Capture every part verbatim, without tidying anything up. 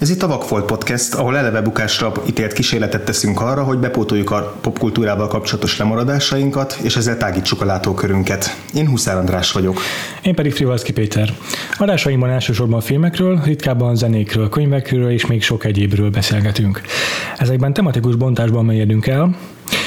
Ez itt a Vakfolt Podcast, ahol eleve bukásra ítélt kísérletet teszünk arra, hogy bepótoljuk a popkultúrával kapcsolatos lemaradásainkat, és ezzel tágítsuk a látókörünket. Én Huszár András vagyok. Én pedig Frivalszki Péter. Adásaimban elsősorban filmekről, ritkábban zenékről, könyvekről és még sok egyébről beszélgetünk. Ezekben tematikus bontásban mélyedünk el.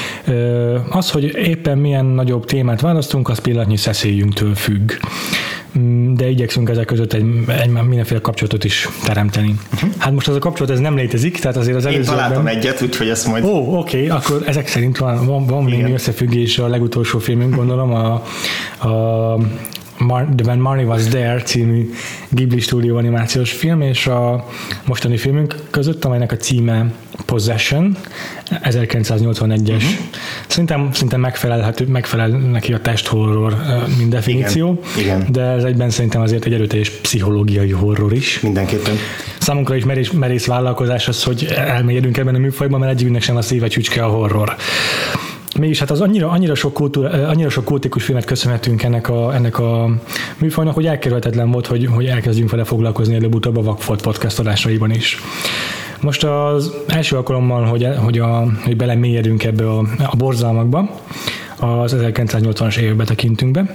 Az, hogy éppen milyen nagyobb témát választunk, az pillanatnyi szeszélyünktől függ. De igyekszünk ezek között egy, egy mindenféle kapcsolatot is teremteni. Uh-huh. Hát most az a kapcsolat ez nem létezik, tehát azért az előzőben... Én találtam egyet, úgyhogy ezt majd... Ó, oké, okay, akkor ezek szerint van, van, van némi összefüggés a legutolsó filmünk, gondolom, a, a Mar- The When Marnie Was There című Ghibli stúdió animációs film, és a mostani filmünk között, amelynek a címe Possession, ezerkilencszáznyolcvanegyes. Uh-huh. Szerintem, szerintem megfelelhető, megfelel neki a testhorror mint definíció, igen, igen. De ez egyben szerintem azért egy erőteljes pszichológiai horror is. Mindenképpen. Számunkra is merész, merész vállalkozás az, hogy elmélyedünk ebben a műfajban, mert egyikünknek sem a szíve csücske a horror. Mégis hát az annyira, annyira, sok kultúra, annyira sok kultikus filmet köszönhetünk ennek a, ennek a műfajnak, hogy elkerülhetetlen volt, hogy, hogy elkezdjünk vele foglalkozni előbb-utóbb a Vakfolt Podcast adásaiban is. Most az első alkalommal, hogy, hogy, a, hogy belemélyedünk ebbe a, a borzalmakba, az ezerkilencszáznyolcvanas évbe tekintünk be,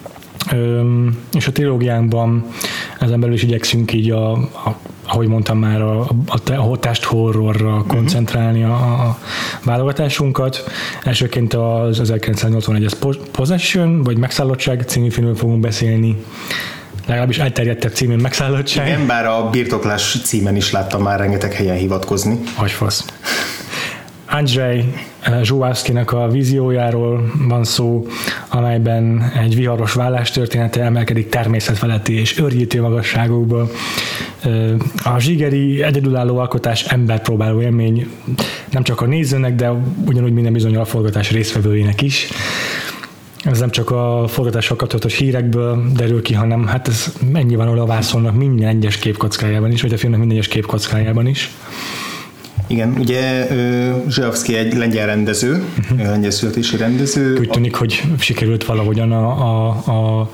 Üm, és a trilógiánkban ezen belül is igyekszünk így, a, a, ahogy mondtam már, a, a, a testhorrorra koncentrálni a, a válogatásunkat. Elsőként az ezerkilencszáznyolcvanegyes Possession, vagy Megszállottság című filmről fogunk beszélni, legalábbis elterjedtebb című Megszállottság. Igen, bár a birtoklás címen is láttam már rengeteg helyen hivatkozni. Agyfasz. Andrzej Żuławskinak a víziójáról van szó, amelyben egy viharos vállás története emelkedik természetfeletti és őrjítő magasságokba. A zsigeri, egyedülálló alkotás emberpróbáló élmény nem csak a nézőnek, de ugyanúgy minden bizonnyal a forgatás résztvevőjének is. Ez nem csak a forgatással kapcsolatos hírekből derül ki, hanem hát ez mennyi van oda vászolnak minden egyes képkockájában is, vagy a filmnek minden egyes képkockájában is. Igen, ugye Żuławski egy lengyel rendező, uh-huh. lengyel születési rendező. Úgy tűnik, hogy sikerült valahogyan a, a, a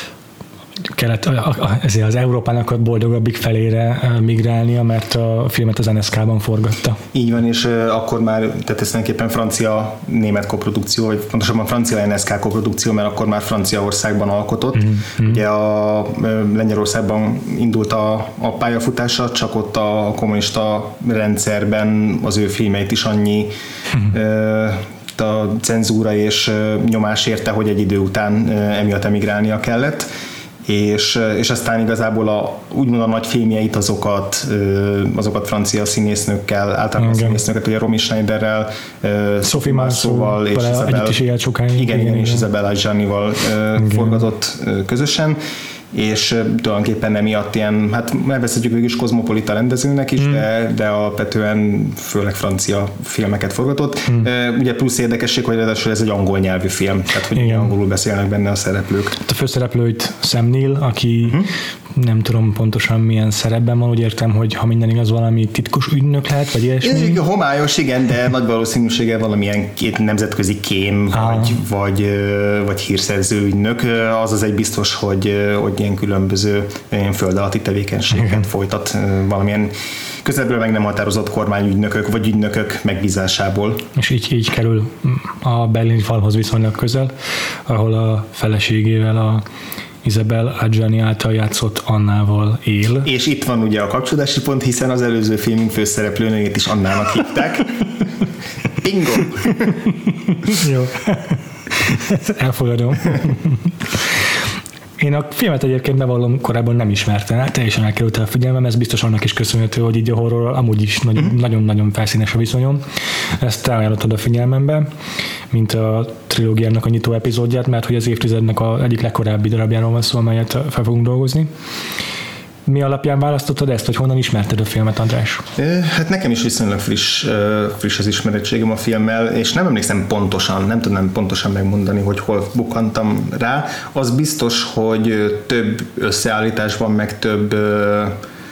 kelet, a, a, ezért az Európának a boldogabbik felére migrálnia, mert a filmet az en es ká-ban forgatta. Így van, és akkor már, tehát ez tulajdonképpen francia-német koprodukció, vagy pontosabban francia en es ká koprodukció, mert akkor már Franciaországban alkotott. Mm-hmm. Ugye a Lengyelországban indult a, a pályafutása, csak ott a kommunista rendszerben az ő filmeit is annyi mm-hmm. ö, a cenzúra és nyomás érte, hogy egy idő után emiatt emigrálnia kellett. És, és aztán igazából a, úgymond a nagy filmjeit azokat, azokat francia színésznőkkel, általában színésznőket, ugye Romy Schneiderrel, Sophie Marceauval és Isabelle, igen, igen, és Isabelle Adjanival forgatott közösen, és tulajdonképpen emiatt ilyen, hát elveszhetjük végül is kozmopolita rendezőnek is, mm. de, de alapvetően főleg francia filmeket forgatott. Mm. Ugye plusz érdekesség, hogy ráadásul ez egy angol nyelvű film, tehát hogy igen. angolul beszélnek benne a szereplők. A főszereplőit Sam Neill, aki mm. nem tudom pontosan milyen szerepben van, úgy értem, hogy ha minden igaz, valami titkos ügynök lehet, vagy ilyesmi. Homályos, igen, de nagy valószínűséggel valamilyen két nemzetközi kém, ah. vagy, vagy, vagy hírszerző ügynök. Az az egy biztos, hogy, hogy ilyen különböző ilyen föld alatti tevékenységeket igen. folytat valamilyen közelből meg nem határozott kormányügynökök vagy ügynökök megbízásából. És így, így kerül a berlini falhoz viszonylag közel, ahol a feleségével, a Isabelle Adjani által játszott Annával él. És itt van ugye a kapcsolódási pont, hiszen az előző filmünk főszereplőnőjét is Annának hívták. Bingo! Jó. Elfogadom. Én a filmet egyébként bevallom, korábban nem ismertem el, teljesen elkerült el a figyelmem, ez biztos annak is köszönhető, hogy így a horror amúgy is nagyon-nagyon felszínes a viszonyom. Ezt ajánlottad a figyelmembe, mint a trilógiának a nyitó epizódját, mert hogy az évtizednek az egyik legkorábbi darabjáról van szó, amelyet fel fogunk dolgozni. Mi alapján választottad ezt, vagy honnan ismerted a filmet, András? Hát nekem is viszonylag friss, friss az ismerettségem a filmmel, és nem emlékszem pontosan, nem tudnám pontosan megmondani, hogy hol bukkantam rá. Az biztos, hogy több összeállításban, meg több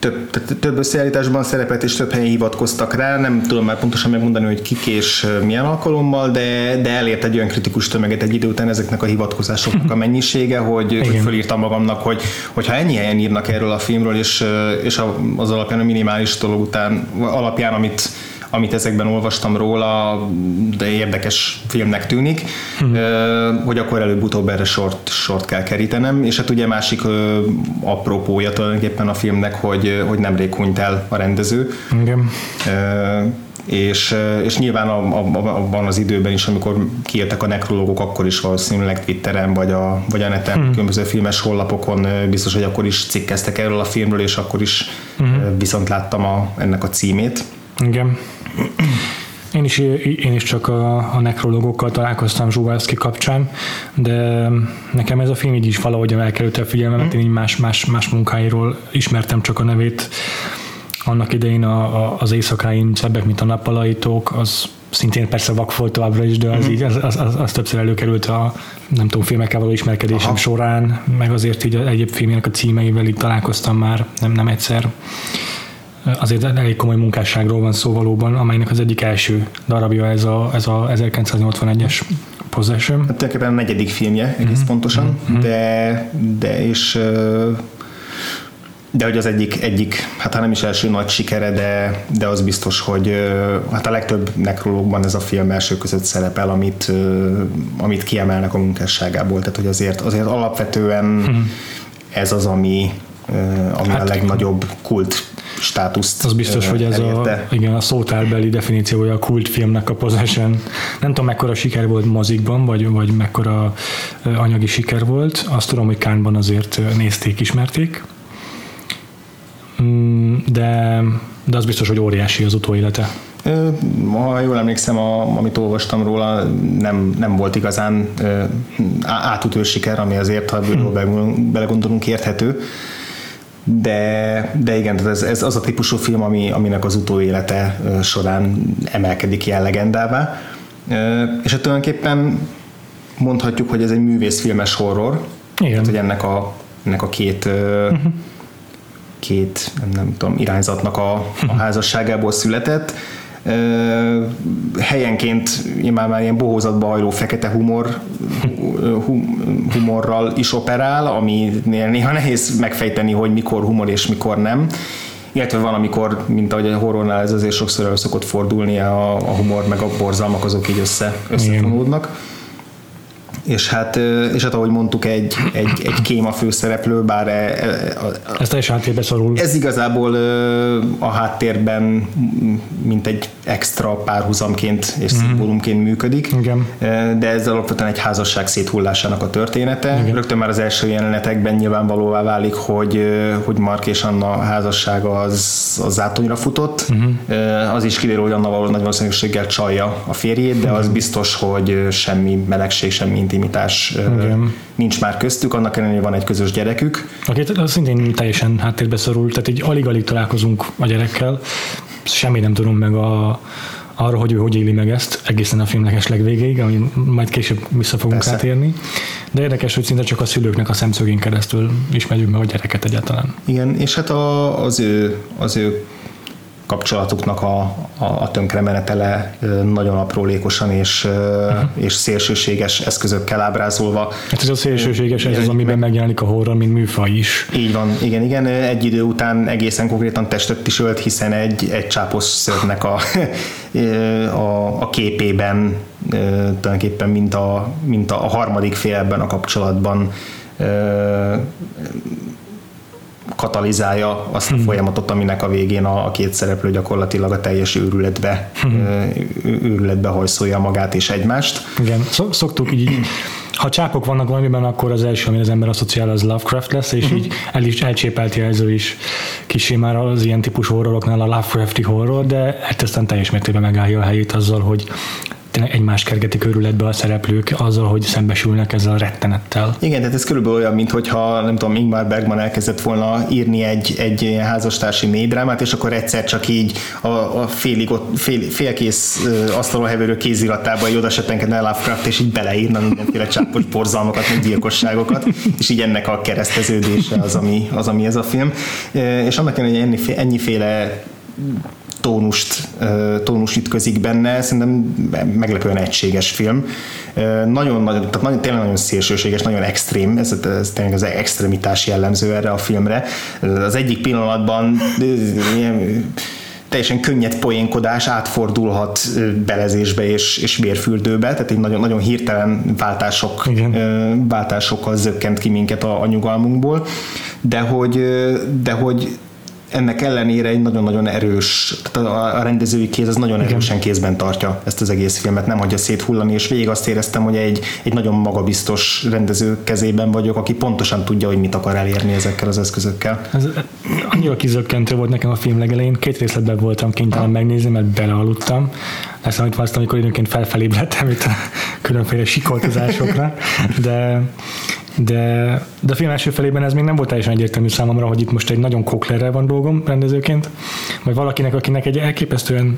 több, több összeállításban szerepelt, és több helyen hivatkoztak rá, nem tudom már pontosan megmondani, hogy kik és milyen alkalommal, de, de elért egy olyan kritikus tömeget egy idő után ezeknek a hivatkozásoknak a mennyisége, hogy, hogy fölírtam magamnak, hogy, hogy ha ennyi helyen írnak erről a filmről, és, és az alapján, a minimális dolog után, alapján, amit amit ezekben olvastam róla, de érdekes filmnek tűnik, hmm. hogy akkor előbb-utóbb erre sort, sort kell kerítenem, és hát ugye másik apropója tulajdonképpen a filmnek, hogy, hogy nemrég hunyt el a rendező. Igen. És, és nyilván abban az időben is, amikor kijöttek a nekrológok, akkor is valószínűleg Twitteren vagy a, vagy a neten, hmm. különböző filmes honlapokon biztos, hogy akkor is cikkeztek erről a filmről, és akkor is hmm. viszont láttam a, ennek a címét. Igen. Én is, én is csak a, a nekrológokkal találkoztam Zsuvalszky kapcsán, de nekem ez a film így is valahogy elkerült a figyelmemet, én így más, más, más munkáiról ismertem csak a nevét. Annak idején a, a, az éjszakáim szebbek, mint a nappalaitók, az szintén persze vak volt továbbra is, de az, így, az, az, az, az többször előkerült a nem tudom, filmekkel való ismerkedésem Aha. során, meg azért így egyéb filmjének a címeivel így találkoztam már nem, nem egyszer. Azért elég komoly munkásságról van szó valóban, amelynek az egyik első darabja ez a, ez a ezerkilencszáznyolcvanegyes Possession. Hát tulajdonképpen a negyedik filmje egész mm-hmm. pontosan, mm-hmm. de, de és de hogy az egyik, egyik, hát ha nem is első nagy sikere, de, de az biztos, hogy hát a legtöbb nekrológban ez a film első között szerepel, amit, amit kiemelnek a munkásságából, tehát hogy azért, azért alapvetően mm-hmm. ez az, ami, ami hát, a legnagyobb kult státuszt. Az biztos, hogy ez a, igen, a szótárbeli definíciója a kultfilmnek a Possession. Nem tudom, mekkora siker volt mozikban, vagy, vagy mekkora anyagi siker volt. Azt tudom, hogy Cannes-ban azért nézték, ismerték. De, de az biztos, hogy óriási az utóélete. Ha jól emlékszem, a, amit olvastam róla, nem, nem volt igazán átütő siker, ami azért, ha hmm. belegondolunk, érthető. De, de igen, ez, ez az a típusú film, ami, aminek az utóélete során emelkedik ilyen legendává. És hát tulajdonképpen mondhatjuk, hogy ez egy művészfilmes horror. Igen. Tehát, hogy ennek a, ennek a két, uh-huh. két nem, nem tudom, irányzatnak a, a házasságából született. Uh, helyenként már, már ilyen bohózatba hajló fekete humor hum, humorral is operál, aminél néha nehéz megfejteni, hogy mikor humor és mikor nem. Illetve van, amikor, mint ahogy a horrornál ez azért sokszor elő szokott fordulni, a, a humor meg a borzalmak azok így össze, összefonódnak. És hát, és hát ahogy mondtuk, egy, egy, egy kéma főszereplő, bár e, a, a, ez teljesen háttérbe szorul. Ez igazából a háttérben mint egy extra párhuzamként és mm-hmm. szimbólumként működik. Igen. De ez alapvetően egy házasság széthullásának a története. Igen. Rögtön már az első jelenetekben nyilvánvalóvá válik, hogy, hogy Mark és Anna házassága az, az zátonyra futott. Mm-hmm. Az is kiderül, hogy Anna való nagy valószínűséggel csalja a férjét, de az biztos, hogy semmi melegség, semmi intimitás igen. nincs már köztük, annak ellenére van egy közös gyerekük. Akit szintén teljesen háttérbe szorul, tehát így alig-alig találkozunk a gyerekkel, semmi nem tudom meg a, arra, hogy ő hogy éli meg ezt egészen a filmleges legvégéig, ami majd később vissza fogunk Persze. átérni. De érdekes, hogy szinte csak a szülőknek a szemszögén keresztül ismerjük meg a gyereket egyáltalán. Igen, és hát a, az ő, az ő kapcsolatuknak a, a, a tönkremenetele nagyon aprólékosan és, uh-huh. és szélsőséges eszközökkel ábrázolva. Hát ez a szélsőséges, ez az, amiben megjelenik a horror, mint műfaj is. Így van, igen, igen. Egy idő után egészen konkrétan testet is ölt, hiszen egy, egy csápos szörnynek a, a, a képében tulajdonképpen mint a, mint a harmadik fél ebben a kapcsolatban katalizálja azt a hmm. folyamatot, aminek a végén a, a két szereplő gyakorlatilag a teljes őrületbe, hmm. őrületbe hajszolja magát és egymást. Igen, szoktuk így, ha csápok vannak valamiben, akkor az első, amit az ember asszociál, az Lovecraft lesz, és uh-huh. így el is elcsépelt jelző is kicsi már az ilyen típusú horroroknál a Lovecrafti horror, de hát aztán teljes mértékben megállja a helyét azzal, hogy egymást kergetik őrületbe a szereplők azzal, hogy szembesülnek ezzel a rettenettel. Igen, tehát ez körülbelül olyan, mintha nem tudom, Ingmar Bergman elkezdett volna írni egy, egy ilyen házastársi médrámát, és akkor egyszer csak így a, a félig, fél, félkész asztalon heverő kéziratába egy oda se penkedne Lovecraft, és így beleírna mindenféle csápos borzalmakat, meg gyilkosságokat, és így ennek a kereszteződése az, ami, az, ami ez a film. És annak ellenére, hogy ennyiféle tónust, tónus ütközik benne, szerintem meglepően egységes film. Nagyon, nagyon, tehát nagyon, tényleg nagyon szélsőséges, nagyon extrém, ez, ez tényleg az extremitás jellemző erre a filmre. Az egyik pillanatban ilyen teljesen könnyed poénkodás átfordulhat belezésbe és, és vérfürdőbe, tehát egy nagyon, nagyon hirtelen váltások, váltásokkal zökkent ki minket a, a nyugalmunkból, de hogy, de hogy ennek ellenére egy nagyon-nagyon erős, tehát a rendezői kéz az nagyon erősen kézben tartja ezt az egész filmet, nem hagyja széthullani, és végig azt éreztem, hogy egy, egy nagyon magabiztos rendező kezében vagyok, aki pontosan tudja, hogy mit akar elérni ezekkel az eszközökkel. Ez annyira kizökkentő volt nekem a film legelején, két részletben voltam kénytelen megnézni, mert belealudtam. Ezt amit azt, amikor időnként felfelébredtem itt a különféle sikoltozásokra, de De, de a film első felében ez még nem volt teljesen egyértelmű számomra, hogy itt most egy nagyon Cochlerrel van dolgom rendezőként, vagy valakinek, akinek egy elképesztően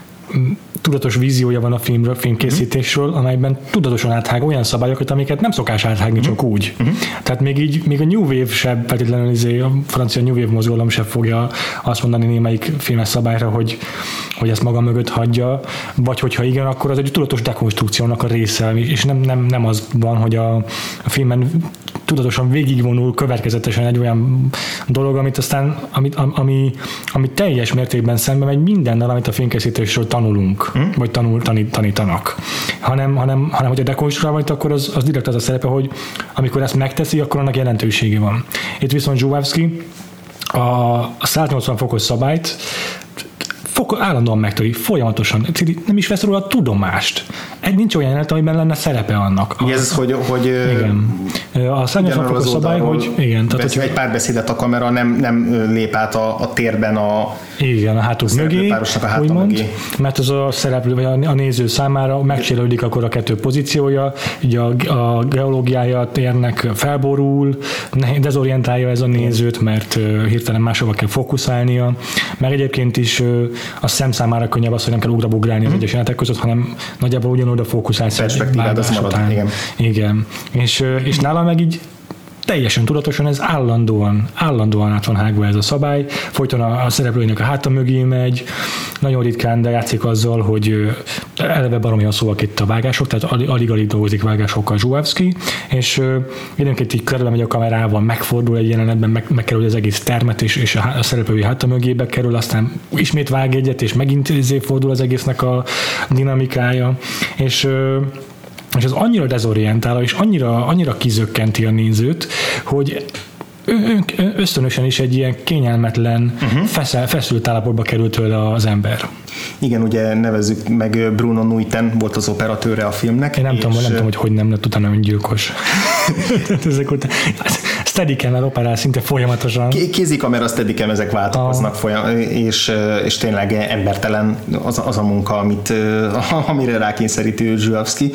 tudatos víziója van a filmről, filmkészítésről, uh-huh. amelyben tudatosan áthág olyan szabályokat, amiket nem szokás áthágni, uh-huh. csak úgy. Uh-huh. Tehát még így, még a New Wave sem, feltétlenül a francia New Wave mozgalom sem fogja azt mondani némelyik filmes szabályra, hogy, hogy ezt maga mögött hagyja, vagy hogyha igen, akkor az egy tudatos dekonstrukciónak a része, és nem, nem, nem az van, hogy a, a filmen tudatosan végigvonul következetesen egy olyan dolog, amit aztán, amit, ami, ami teljes mértékben szembe megy mindennel, amit a filmkészítésről tanulunk, hmm? vagy tanul, tanít, tanítanak. Hanem, hanem, hanem hogy a dekonstruálva, akkor az, az direkt az a szerepe, hogy amikor ezt megteszi, akkor annak jelentősége van. Itt viszont Zsuhovszky a, a száznyolcvan fokos szabályt fok, állandóan megtöri, folyamatosan. Nem is vesz róla a tudomást. Egy nincs olyan jelenet, amiben lenne szerepe annak. A, ez, hogy, hogy igen. A száznyolcvan fokos szabály, hogy igen. Tehát, hogy egy pár beszédet a kamera nem, nem lép át a, a térben a igen, a hátuk mögé, a úgymond, mögé. Mert az a szereplő, vagy a néző számára megsérülődik akkor a kettő pozíciója, így a, a geológiája a térnek felborul, dezorientálja ez a nézőt, mert hirtelen máshova kell fókuszálnia, meg egyébként is a szem számára könnyebb az, hogy nem kell ugrabugrálni az mm. egyes jelenetek között, hanem nagyjából ugyanoda fókuszálsz. Perspektívád, az marad, igen. Igen. És, és nálam meg így teljesen tudatosan ez állandóan, állandóan át van hágva ez a szabály, folyton a, a szereplőinek a háta mögé megy, nagyon ritkán, de játszik azzal, hogy eleve baromi a szóval itt a vágások, tehát alig-alig dolgozik vágásokkal Zsuhovszky, és időnként így körbe megy a kamerával, megfordul egy jelenetben, meg, megkerül az egész termet, és, és a, a szereplői háta mögébe kerül, aztán ismét vág egyet, és megint fordul az egésznek a dinamikája, és és ez annyira dezorientál, és annyira, annyira kizökkenti a nézőt, hogy ösztönösen is egy ilyen kényelmetlen, uh-huh. feszel, feszült állapotba került tőle az ember. Igen, ugye nevezzük meg Bruno Nuiten volt az operatőre a filmnek. Én nem, tudom, nem tudom, hogy hogy nem lett utána öngyilkos. Ezek után Steadicam-mel operál szinte folyamatosan. Kézikamera, Steadicam, ezek váltakoznak, folyam, és, és tényleg embertelen az, az a munka, amit, amire rákényszeríti Zsuhovszky.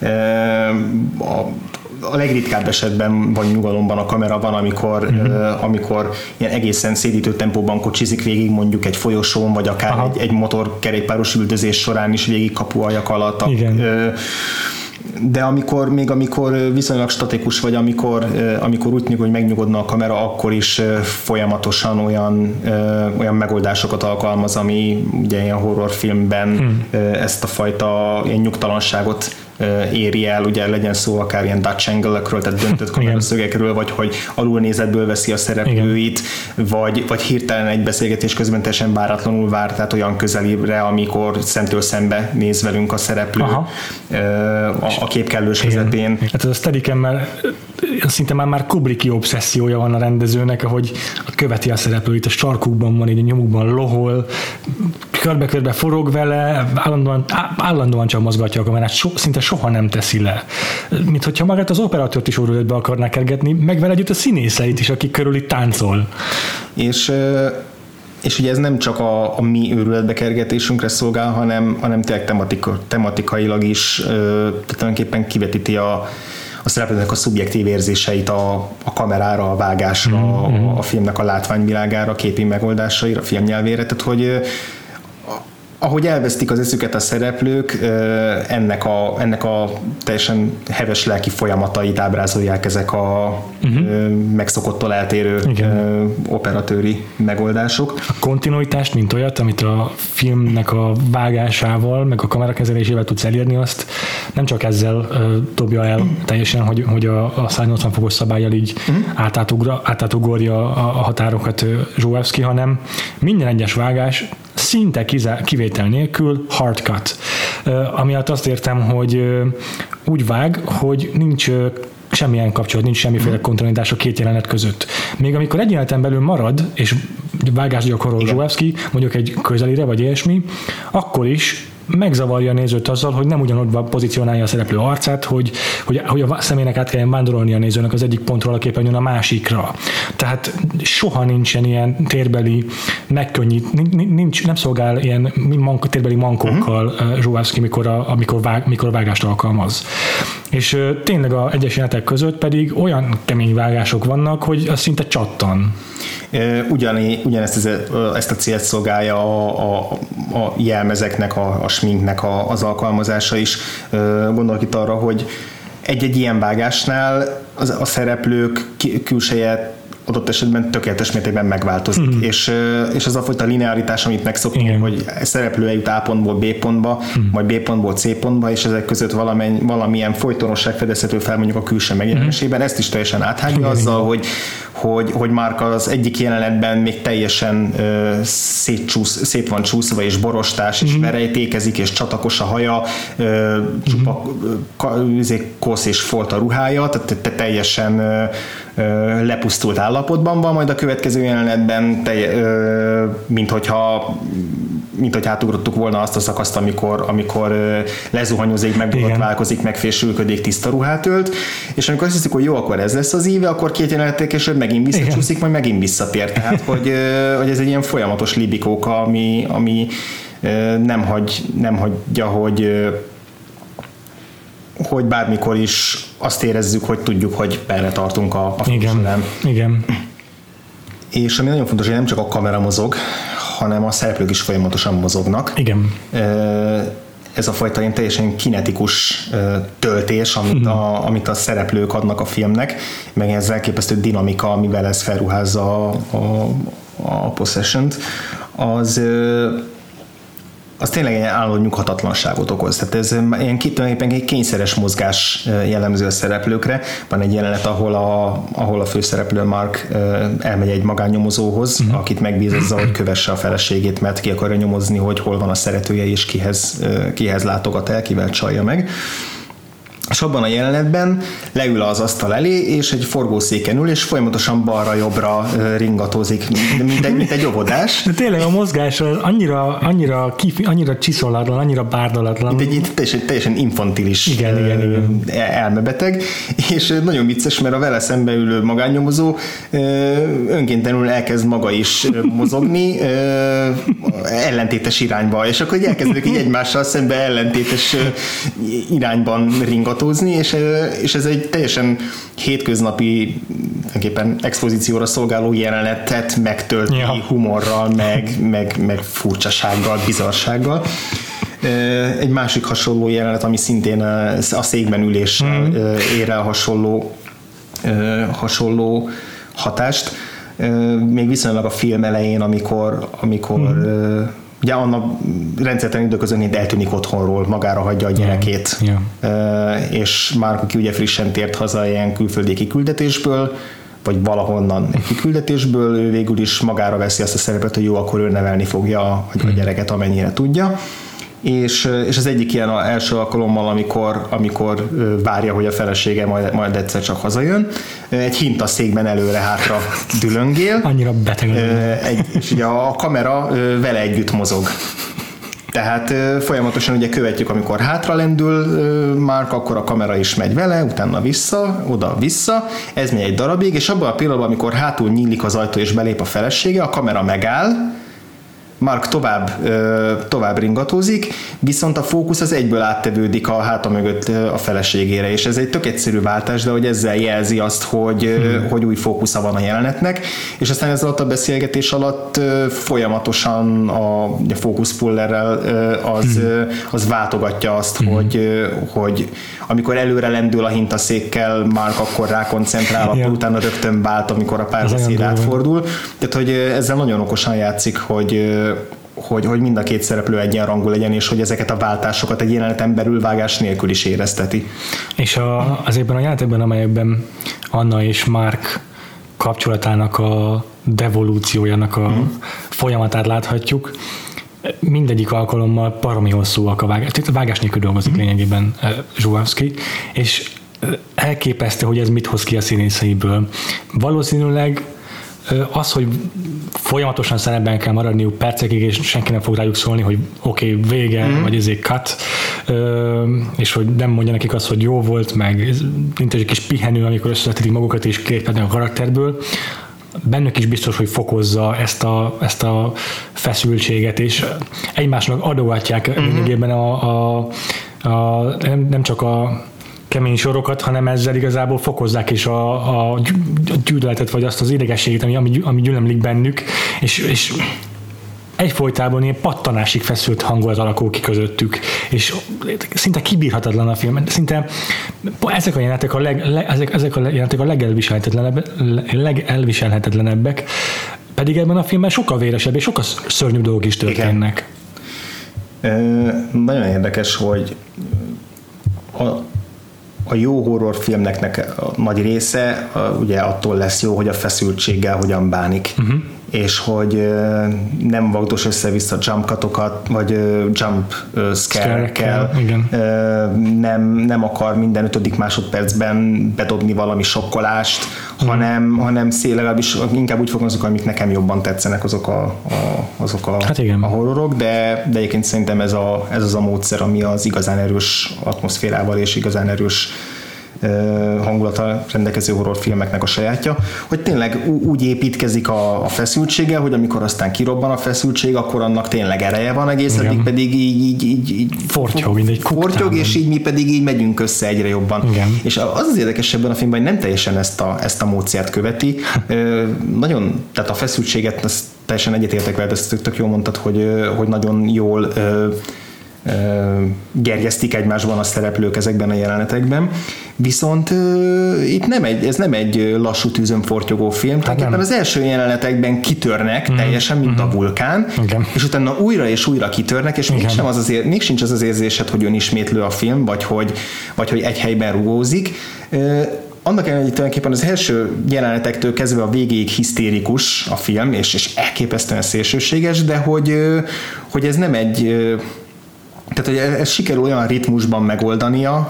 A a legritkább esetben van nyugalomban a kamera van, amikor, uh-huh. amikor ilyen egészen szédítő tempóban kocsizik végig mondjuk egy folyosón, vagy akár egy, egy motorkerékpáros üldözés során is végig kapualjak alatt. Igen. De amikor, még amikor viszonylag statikus vagy, amikor, amikor úgy tűnik, hogy megnyugodna a kamera, akkor is folyamatosan olyan, olyan megoldásokat alkalmaz, ami ugye ilyen horrorfilmben hmm. ezt a fajta ilyen nyugtalanságot éri el, ugye legyen szó akár ilyen Dutch angle-ekről, tehát döntött kameraszögekről, vagy hogy alulnézetből veszi a szereplőit, vagy, vagy hirtelen egy beszélgetés közben teljesen váratlanul vár, tehát olyan közelibbre, amikor szemtől szembe néz velünk a szereplő Aha. a, a kép kellős közepén. Hát ez a Steadicam-mel szinte már, már Kubricki obszessziója van a rendezőnek, ahogy követi a szereplőit, a sarkukban van, így a nyomukban lohol, körbe-körbe forog vele, állandóan, állandóan csak mozgatja a kamerát, so, szinte soha nem teszi le. Mint hogyha magát az operatőrt is orrulatba akarná kergetni, meg vele együtt a színészeit is, akik körül itt táncol. És és ugye ez nem csak a, a mi őrületbekergetésünkre szolgál, hanem, hanem tényleg tematika, tematikailag is tulajdonképpen kivetíti a, a szereplőnek a szubjektív érzéseit a, a kamerára, a vágásra, mm-hmm. a, a filmnek a látványvilágára, a képi megoldásaira, a filmnyelvére, tehát hogy ahogy elvesztik az eszüket a szereplők, ennek a, ennek a teljesen heves lelki folyamatait ábrázolják ezek a uh-huh. megszokottól eltérő Igen. operatőri megoldások. A kontinuitást, mint olyat, amit a filmnek a vágásával, meg a kamerakezelésével tudsz elérni, azt nem csak ezzel uh, dobja el teljesen, hogy, hogy a, a száznyolcvan fokos szabállyal így uh-huh. átátugra, átátugorja a, a határokat Zsóevszky, hanem minden egyes vágás szinte kivétel nélkül hard cut. Ami alatt azt értem, hogy úgy vág, hogy nincs semmilyen kapcsolat, nincs semmiféle kontinuitás a két jelenet között. Még amikor egy jeleneten belül marad, és vágást gyakorol Zsóevszky, mondjuk egy közelire, vagy ilyesmi, akkor is megzavarja a nézőt azzal, hogy nem ugyanott pozícionálja a szereplő arcát, hogy, hogy, hogy a személynek át kelljen vándorolni a nézőnek az egyik pontról a képernyőn a másikra. Tehát soha nincsen ilyen térbeli megkönnyít, nincs, nem szolgál ilyen mank, térbeli mankókkal uh-huh. Zsóevszky, mikor a, amikor, vág, mikor a vágást alkalmaz. És uh, tényleg a egyes jelenetek között pedig olyan kemény vágások vannak, hogy az szinte csattan. Ugyané, ugyanezt ezt a célt szolgálja a, a, a jelmezeknek, a, a sminknek a, az alkalmazása is. Gondolok itt arra, hogy egy-egy ilyen vágásnál az, a szereplők külseje adott esetben tökéletes mértékben megváltozik. Mm. És, és az a fajta linearitás, amit megszoktunk, Igen. hogy szereplő eljut A pontból B pontba, mm. majd B pontból C pontba, és ezek között valamilyen, valamilyen folytonosság fedezhető fel mondjuk a külső megjelenésében, mm. ezt is teljesen áthágja Igen. azzal, hogy, hogy, hogy Mark az egyik jelenetben még teljesen uh, szétcsúsz, szét van csúszva, és borostás, mm. és verejtékezik, és csatakos a haja, uh, csupa uh, kosz és folt a ruhája, tehát te, te teljesen uh, lepusztult állapotban van, majd a következő jelenetben mint hogyha mint hogy átugrottuk volna azt a szakaszt, amikor, amikor lezuhanyozik, megborotválkozik, megfésülködik, tiszta ruhát ölt, és amikor azt hiszük, hogy jó, akkor ez lesz az íve, akkor két jelenetek később megint visszacsúszik, majd megint visszatér. Tehát, hogy, hogy ez egy ilyen folyamatos libikóka, ami, ami nem, hagy, nem hagyja, hogy hogy bármikor is azt érezzük, hogy tudjuk, hogy merre tartunk a, a film során. Igen. És ami nagyon fontos, hogy nem csak a kamera mozog, hanem a szereplők is folyamatosan mozognak. Igen. Ez a fajta ilyen teljesen kinetikus töltés, amit a, amit a szereplők adnak a filmnek, meg ez elképesztő dinamika, amivel ez felruházza a, a, a Possession-t, az az tényleg egy álló nyughatatlanságot okoz. Tehát ez ilyen tulajdonképpen egy kényszeres mozgás jellemző a szereplőkre. Van egy jelenet, ahol a, ahol a főszereplő Mark elmegy egy magánnyomozóhoz, uh-huh. akit megbízza, hogy kövesse a feleségét, mert ki akarja nyomozni, hogy hol van a szeretője, és kihez, kihez látogat el, kivel csalja meg. És abban a jelenetben leül az asztal elé, és egy forgószéken ül, és folyamatosan balra-jobbra ringatózik, mint egy, mint egy óvodás. De tényleg a mozgás az annyira, annyira, kifi, annyira csiszolatlan, annyira bárdalatlan. Mint egy teljesen, teljesen infantilis igen, igen, igen. elmebeteg, és nagyon vicces, mert a vele szembe ülő magánnyomozó önkéntelenül elkezd maga is mozogni ellentétes irányba, és akkor elkezdenek így egymással szembe ellentétes irányban ringatózni, és, és ez egy teljesen hétköznapi expozícióra szolgáló jelenetet megtölti ja. humorral, meg, meg, meg furcsasággal, bizarsággal. Egy másik hasonló jelenet, ami szintén a székben üléssel mm. ér el hasonló, hasonló hatást. Még viszonylag a film elején, amikor, amikor mm. ugye annak rendszertelen időközönként eltűnik otthonról, magára hagyja a gyerekét, yeah. Yeah. és már aki ugye frissen tért haza ilyen külföldi kiküldetésből, vagy valahonnan egy kiküldetésből, ő végül is magára veszi azt a szerepet, hogy jó, akkor ő nevelni fogja a gyereket, amennyire tudja. És, és az egyik ilyen az első alkalommal, amikor, amikor várja, hogy a felesége majd, majd egyszer csak hazajön, egy hintaszékben előre-hátra dülöngél. Annyira beteg. Egy, és ugye a kamera vele együtt mozog. Tehát folyamatosan ugye követjük, amikor hátra lendül Mark, akkor a kamera is megy vele, utána vissza, oda-vissza, ez megy egy darabig, és abban a pillanatban, amikor hátul nyílik az ajtó és belép a felesége, a kamera megáll, Mark tovább, tovább ringatózik, viszont a fókusz az egyből áttevődik a háta mögött a feleségére, és ez egy tök egyszerű váltás, de hogy ezzel jelzi azt, hogy, hmm. hogy új fókusza van a jelenetnek, és aztán ez alatt a beszélgetés alatt folyamatosan a, a fókuszpullerrel az, hmm. az váltogatja azt, hmm. hogy, hogy amikor előre lendül a hintaszékkel, Mark akkor rákoncentrál, akkor utána rögtön vált, amikor a párbeszéd átfordul. Tehát, hogy ezzel nagyon okosan játszik, hogy Hogy, hogy mind a két szereplő egyenrangú legyen, és hogy ezeket a váltásokat egy jeleneten belül vágás nélkül is érezteti. És a, azért a jelenetekben, amelyekben Anna és Mark kapcsolatának a devolúciójának a mm. folyamatát láthatjuk, mindegyik alkalommal baromi hosszúak a vágás, tehát a vágás nélkül dolgozik mm. lényegében Zsuhovszky, és elképesztő, hogy ez mit hoz ki a színészeiből. Valószínűleg az, hogy folyamatosan szerepben kell maradniuk percekig, és senki nem fog rájuk szólni, hogy oké, okay, vége, mm. vagy ezért cut, és hogy nem mondja nekik azt, hogy jó volt, meg mint egy kis pihenő, amikor összetetik magukat és kiépednek a karakterből, bennük is biztos, hogy fokozza ezt a, ezt a feszültséget, és egymásnak adogatják mm-hmm. lényegében a, a, a, nem, nem csak a kemény sorokat, hanem ezzel igazából fokozzák is a, a gyűlöletet, vagy azt az idegességet, ami, ami, ami gyűlömlik bennük, és, és egyfolytában ilyen pattanásig feszült hangulat alakul ki közöttük, és szinte kibírhatatlan a film, szinte ezek a jelenetek a, leg, le, ezek, ezek a jelenetek a legelviselhetetlenebbek, legelviselhetetlenebbek, pedig ebben a filmben sokkal véresebb és sokkal szörnyűbb dolgok is történnek. Ö, nagyon érdekes, hogy a A jó horrorfilmnek a nagy része ugye attól lesz jó, hogy a feszültséggel hogyan bánik. Uh-huh. És hogy nem vagdos össze-vissza jump cutokat, vagy jump scare-ekkel, nem, nem akar minden ötödik másodpercben bedobni valami sokkolást, uh-huh. hanem, hanem szél, legalábbis inkább úgy fogalmazok, amik nekem jobban tetszenek azok a, a, azok a, hát a horrorok, de, de egyébként szerintem ez, a, ez az a módszer, ami az igazán erős atmoszférával és igazán erős hangulata rendelkező horrorfilmeknek a sajátja, hogy tényleg úgy építkezik a, a feszültsége, hogy amikor aztán kirobban a feszültség, akkor annak tényleg ereje van egész, addig pedig így, így, így, így fortyog, mint egy fortyog, és így mi pedig így megyünk össze egyre jobban. Igen. És az az érdekes ebben a filmben, hogy nem teljesen ezt a, ezt a módszert követi. Nagyon, tehát a feszültséget, azt teljesen egyetértek veled, ezt tök jól mondtad, hogy, hogy nagyon jól gerjesztik egymásban a szereplők ezekben a jelenetekben. Viszont uh, itt nem egy, ez nem egy lassú tűzön fortyogó film, tehát éppen az első jelenetekben kitörnek mm. teljesen, mint mm. a vulkán, igen. és utána újra és újra kitörnek, és mégsem az az ér, még sincs az az érzésed, hogy önismétlő a film, vagy hogy, vagy hogy egy helyben rugózik. Uh, annak ellenére, hogy tulajdonképpen az első jelenetektől kezdve a végéig hisztérikus a film, és, és elképesztően szélsőséges, de hogy, hogy ez nem egy... Tehát, hogy ez sikerül olyan ritmusban megoldania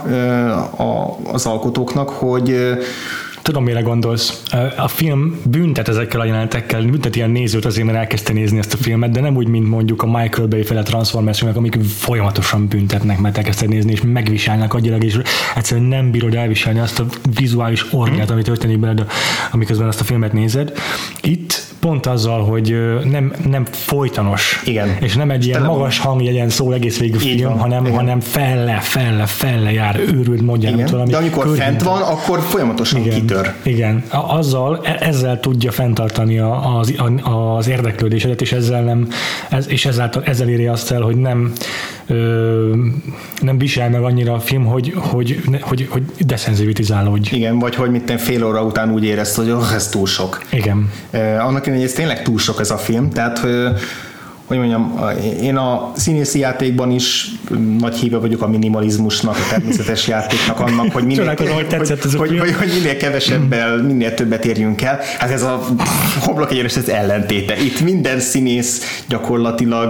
az alkotóknak, hogy... Tudom, mire gondolsz. A film büntet ezekkel a jelenetekkel, bünteti a nézőt azért, mert elkezdte nézni ezt a filmet, de nem úgy, mint mondjuk a Michael Bay féle Transformers filmek, amik folyamatosan büntetnek, mert elkezdte nézni, és megviselnek agyilag, és egyszerűen nem bírod elviselni azt a vizuális orgiát, ami történik beled, amiközben azt a filmet nézed. Itt pont azzal, hogy nem, nem folytonos, igen. és nem egy ilyen magas hangjegyen szól egész végig a film, van, hanem, hanem felle, felle, felle jár, őrült mondján. De amikor környék fent van, akkor folyamatosan igen, kitör. Igen, azzal, ezzel tudja fenntartani az, az érdeklődésedet, és ezzel nem, ez, és ezáltal, ezzel éri azt el, hogy nem Ö, nem visel meg annyira a film, hogy, hogy, hogy, hogy deszenzivitizálódj. Igen, vagy hogy mint fél óra után úgy érezd, hogy oh, ez túl sok. Igen. Ö, annak ellenére, hogy ez tényleg túl sok ez a film, tehát hogy, hogy mondjam, én a színészi játékban is nagy híve vagyok a minimalizmusnak, a természetes játéknak, annak, hogy minél, Csodálkozom, hogy, tetszett ez a hogy, hogy, hogy minél kevesebbel, minél többet érjünk el. Hát ez a Homlok egyenes, ez ellentéte. Itt minden színész gyakorlatilag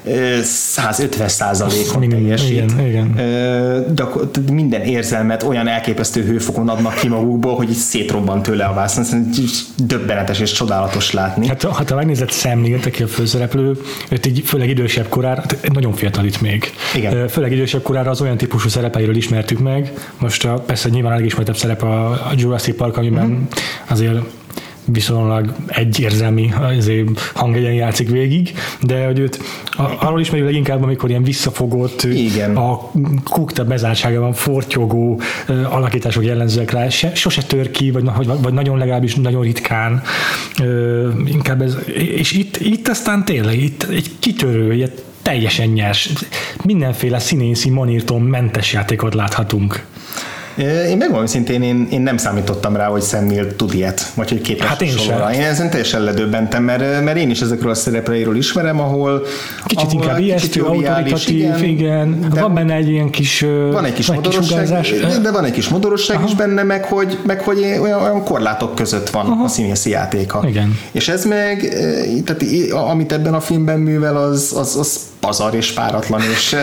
száz ötven százalékon teljesít. Igen, igen. Gyakor, minden érzelmet olyan elképesztő hőfokon adnak ki magukból, hogy így szétrobban tőle a vászon. Döbbenetes és csodálatos látni. Hát ha te megnézed Sam Neill-t, aki a főszereplő, őt így főleg idősebb korára, nagyon fiatal itt még. Igen. Főleg idősebb korára az olyan típusú szerepeiről ismertük meg. Most a, persze nyilván a legismertebb szerep a Jurassic Park, amiben uh-huh. azért viszonylag egyérzelmi hangjegyen játszik végig, de hogy őt arról ismerjük leginkább, amikor ilyen visszafogott, igen. a kukta bezártságában fortyogó alakítások jellemzőek rá, se, sose tör ki, vagy, vagy, vagy nagyon legalábbis nagyon ritkán. Inkább ez, és itt, itt aztán tényleg itt egy kitörő, egy teljesen nyers, mindenféle színészi manírtól mentes játékot láthatunk. Én megmondom szintén, én, én nem számítottam rá, hogy Sam Neill tud ilyet, vagy hogy képes hát én sorolra. Én ezen teljesen ledöbbentem, mert, mert én is ezekről a szerepleiről ismerem, ahol kicsit ahol inkább ijesztő, autoritatív, igen, igen. Van benne egy ilyen kis van egy kis modorosság, de van egy kis modorosság is benne, meg hogy, meg hogy olyan, olyan korlátok között van aha. a színészi játéka. Igen. És ez meg, tehát amit ebben a filmben művel, az, az, az pazar és páratlan, és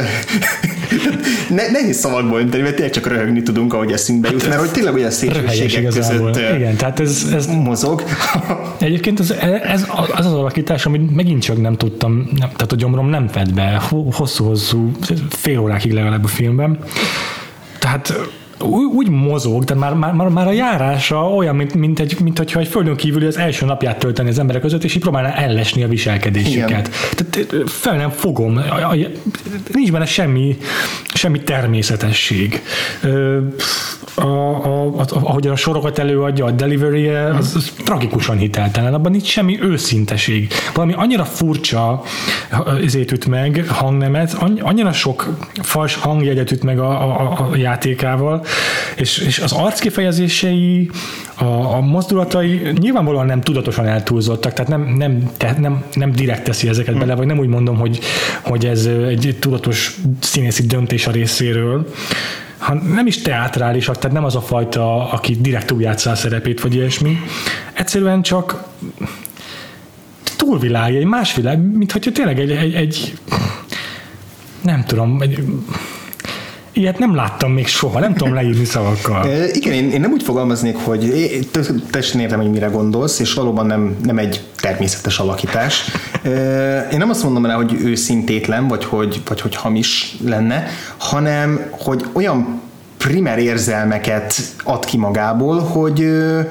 ne, nehéz szavakból önteni, mert tényleg csak röhögni tudunk, ahogy eszünkbe jut, mert hogy tényleg olyan szélsőségek között igen, tehát ez, ez mozog. Egyébként ez, ez az az alakítás, amit megint csak nem tudtam, nem, tehát a gyomrom nem fed be hosszú-hosszú, fél órákig legalább a filmben. Tehát úgy, úgy mozog, tehát már, már, már a járása olyan, mint, mint, egy, mint hogyha egy földön kívüli az első napját tölteni az emberek között, és így próbálná ellesni a viselkedésüket. Igen. Tehát fel nem fogom, nincs benne semmi, semmi természetesség. A, a, a, ahogyan a sorokat előadja, a delivery-e, az, az tragikusan hiteltelen, abban nincs semmi őszinteség. Valami annyira furcsa ezért üt meg hangnemet, annyira sok fals hangjegyet üt meg a, a, a játékával, és, és az arckifejezései, a, a mozdulatai nyilvánvalóan nem tudatosan eltúlzottak, tehát nem, nem, te, nem, nem direkt teszi ezeket bele, vagy nem úgy mondom, hogy, hogy ez egy tudatos színészi döntés a részéről, ha nem is teátrálisak, tehát nem az a fajta, aki direkt úgy játsza a szerepét, vagy ilyesmi. Egyszerűen csak túlvilág, egy más világ, mint hogyha tényleg egy, egy, egy nem tudom, egy, ilyet nem láttam még soha, nem tudom leírni szavakkal. E, igen, én, én nem úgy fogalmaznék, hogy teljesen értem, hogy mire gondolsz, és valóban nem, nem egy természetes alakítás. E, én nem azt mondom rá, hogy őszintétlen, vagy hogy, vagy hogy hamis lenne, hanem, hogy olyan primer érzelmeket ad ki magából, hogy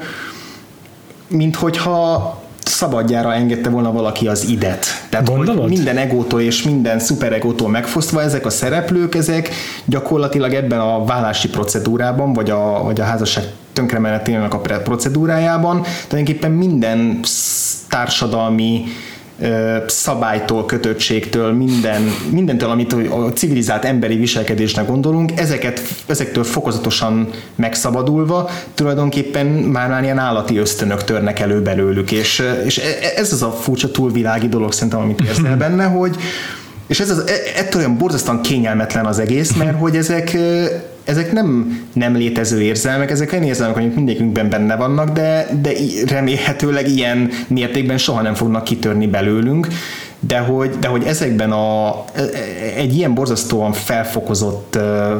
mint hogyha szabadjára engedte volna valaki az idet. Tehát, gondolod? Hogy minden egótól és minden szuperegótól megfosztva ezek a szereplők, ezek gyakorlatilag ebben a vállási procedúrában, vagy a, vagy a házasság tönkremenetének a procedúrájában tulajdonképpen minden társadalmi szabálytól, kötöttségtől, minden, mindentől, amit a civilizált emberi viselkedésnek gondolunk, ezeket, ezektől fokozatosan megszabadulva tulajdonképpen már, már ilyen állati ösztönök törnek elő belőlük, és, és ez az a furcsa túlvilági dolog szerintem, amit érzel benne, hogy és ez az, ettől olyan borzasztóan kényelmetlen az egész, mert hogy ezek ezek nem, nem létező érzelmek, ezek olyan érzelmek, amik mindegyikünkben benne vannak, de, de remélhetőleg ilyen mértékben soha nem fognak kitörni belőlünk, de hogy, de hogy ezekben a, egy ilyen borzasztóan felfokozott uh,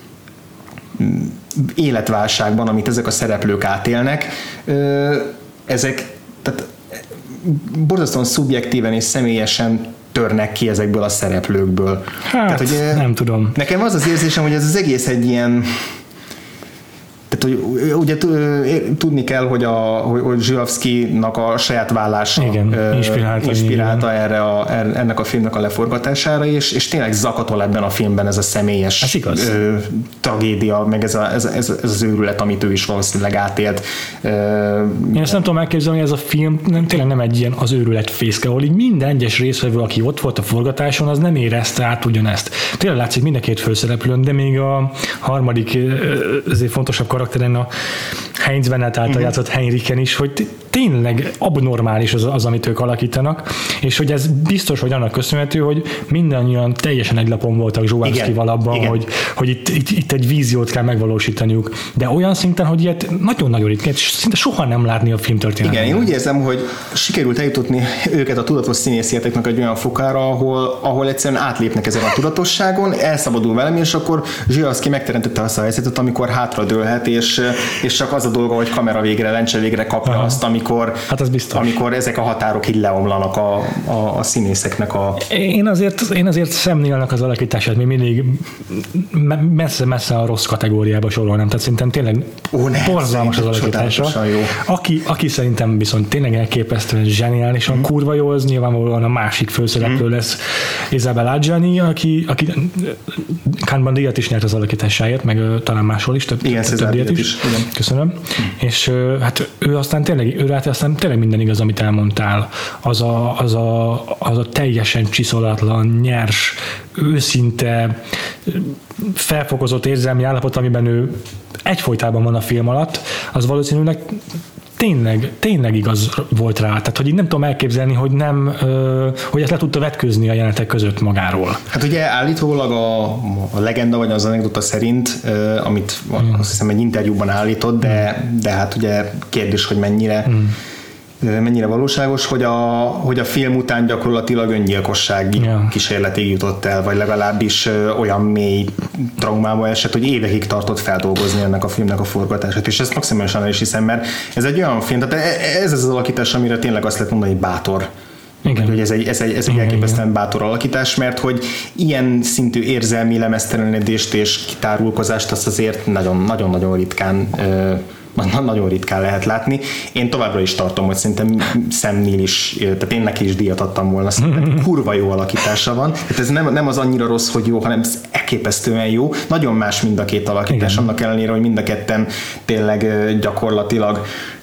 életválságban, amit ezek a szereplők átélnek, uh, ezek tehát borzasztóan szubjektíven és személyesen törnek ki ezekből a szereplőkből. Hát, tehát, hogy, nem tudom. Nekem az az érzésem, hogy ez az egész egy ilyen tehát, hogy ugye tudni kell, hogy, a, hogy Zsilavszkinak a saját vállása igen, inspirálta, inspirálta erre a, ennek a filmnek a leforgatására, és, és tényleg zakatol ebben a filmben ez a személyes ö, tragédia, meg ez, a, ez, ez, ez az őrület, amit ő is valószínűleg átélt. Ö, Én ezt nem tudom elképzelni, hogy ez a film nem, tényleg nem egy ilyen az őrület fészke, ahol így minden egyes részvevő, aki ott volt a forgatáson, az nem érezte át ugyanezt. Tényleg látszik mind a két főszereplőn, de még a harmadik ezért fontosabb karakteren, a Heinz Bennett által uh-huh. játszott Heinrichen is, hogy tényleg abnormális az, az, amit ők alakítanak, és hogy ez biztos, hogy annak köszönhető, hogy mindannyian teljesen egy lapon voltak Zsóvszkival abban, Igen. hogy, hogy itt, itt, itt egy víziót kell megvalósítaniuk. De olyan szinten, hogy ilyet nagyon-nagyon ritkán, szinte soha nem látni a filmtörténetben. Igen, én úgy érzem, hogy sikerült eljutatni őket a tudatos színészjátéknak egy olyan fokára, ahol, ahol egyszerűen átlépnek ezen a tudatosságon, elszabadul velem, és akkor Zsóvszki megteremtette azt a helyzetet, amikor hátradőlhet, és, és csak az a dolga, hogy kamera végre, lencse végre kapja Aha. azt, amikor, hát az biztos. amikor ezek a határok így leomlanak a, a, a színészeknek a... Én azért, én azért Sam Neill-nak az alakítását még mindig messze-messze a rossz kategóriába sorolnám, tehát szerintem tényleg Ó, ne, borzalmas az alakítása. Jó. Aki, aki szerintem viszont tényleg elképesztően zseniálisan mm. kurva jó, az nyilvánvalóan a másik főszereplő mm. lesz Isabelle Adjani, aki, aki Cannes-ban díjat is nyert az alakításáért, meg talán máshol is, több, igen, több díjat is. is. Igen. Köszönöm. Mm. És hát ő aztán tényleg, ő hát aztán tényleg minden igaz, amit elmondtál. Az a, az a, az a teljesen csiszolatlan, nyers, őszinte, felfokozott érzelmi állapot, amiben ő egyfolytában van a film alatt, az valószínűleg tényleg, tényleg igaz volt rá. Tehát, hogy így nem tudom elképzelni, hogy nem, hogy ezt le tudta vetközni a jelenetek között magáról. Hát ugye állítólag a, a legenda, vagy az anekdota szerint, amit mm. azt hiszem egy interjúban állított, de, mm. de hát ugye kérdés, hogy mennyire mm. mennyire valóságos, hogy a, hogy a film után gyakorlatilag öngyilkossági yeah. kísérletig jutott el, vagy legalábbis olyan mély traumába esett, hogy évekig tartott feldolgozni ennek a filmnek a forgatását, és ezt maximálisan el is hiszem, mert ez egy olyan film, tehát ez az alakítás, amire tényleg azt lehet mondani, hogy bátor. Igen. Hogy ez egy, ez egy, ez egy elképesztően bátor alakítás, mert hogy ilyen szintű érzelmi lemeztelenedést és kitárulkozást azt azért nagyon-nagyon ritkán nagyon ritkán lehet látni. Én továbbra is tartom, hogy szerintem Sam Neill is, tehát én neki is díjat adtam volna, szerintem kurva jó alakítása van. Tehát ez nem, nem az annyira rossz, hogy jó, hanem ez elképesztően jó. Nagyon más mind a két alakítás, igen. annak ellenére, hogy mind a ketten tényleg gyakorlatilag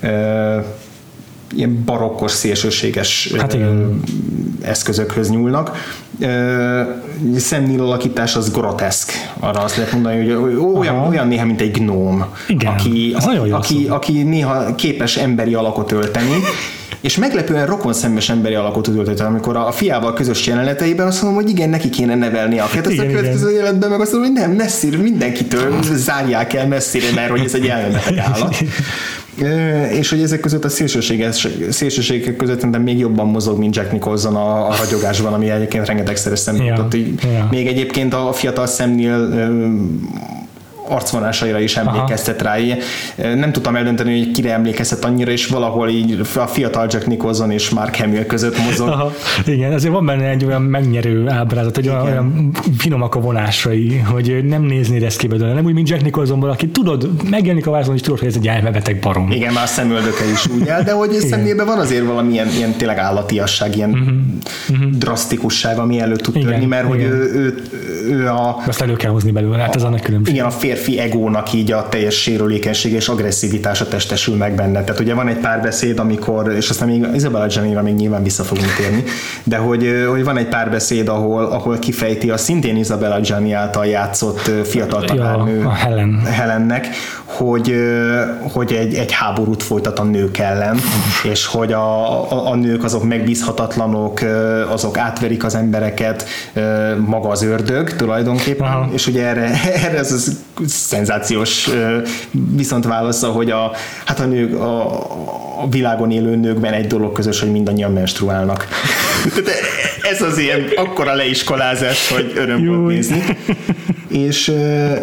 ilyen barokkos, szélsőséges hát eszközökhöz nyúlnak. Sam Neill alakítás az groteszk. Arra azt lehet mondani, hogy olyan, olyan néha, mint egy gnóm, igen, aki, aki, aki, aki néha képes emberi alakot ölteni, és meglepően rokonszenves emberi alakot ölteni, amikor a fiával közös jeleneteiben azt mondom, hogy igen, neki kéne nevelni a fiat, aztán a következő életben meg azt mondom, hogy nem, messzire, mindenkitől zárják el messzire, mert hogy ez egy elmebeteg állat. És hogy ezek között a szélsőségek között még jobban mozog, mint Jack Nicholson a, a ragyogásban, ami egyébként rengetegszer eszembe jutott. Ja. Még egyébként a fiatal Sam Neill arcvonásaira is emlékeztet Aha. rá. Nem tudtam eldönteni, hogy kire emlékeztet annyira, és valahol így a fiatal Jack Nicholson és Mark Hamill között mozog. Aha. Igen, azért van benne egy olyan megnyerő ábrázat, egy olyan, olyan finomak a vonásai, hogy nem néznéd ezt ki belőle. Nem úgy, mint Jack Nicholsonból, aki tudod, megjelenik a vászon, és tudod, hogy ez egy elmebeteg barom. Igen, már a szemöldöke is úgy el, de hogy szemében van azért valamilyen ilyen tényleg állatiasság, ilyen uh-huh. drasztikusság, ami előtt tud törni, igen, mert igen. hogy ő, ő, ő a... Azt elő kell hozni belőle, hát ez a nagy különbség. Igen, a férfi egónak így a teljes sérülékenység és agresszivitása testesül meg benne. Tehát ugye van egy párbeszéd, amikor, és aztán még Isabelle Adjani-ra még nyilván vissza fogunk térni, de hogy, hogy van egy párbeszéd, ahol, ahol kifejti a szintén Isabelle Adjani által játszott fiatal tanárnő ja, Helen. Helennek, hogy, hogy egy, egy háborút folytat a nők ellen, és hogy a, a, a nők azok megbízhatatlanok, azok átverik az embereket, maga az ördög tulajdonképpen, Aha. és ugye erre, erre ez az szenzációs viszont válasza, hogy a, hát a nők, a, a világon élő nőkben egy dolog közös, hogy mindannyian menstruálnak. Ez az ilyen akkora leiskolázás, hogy öröm volt nézni. És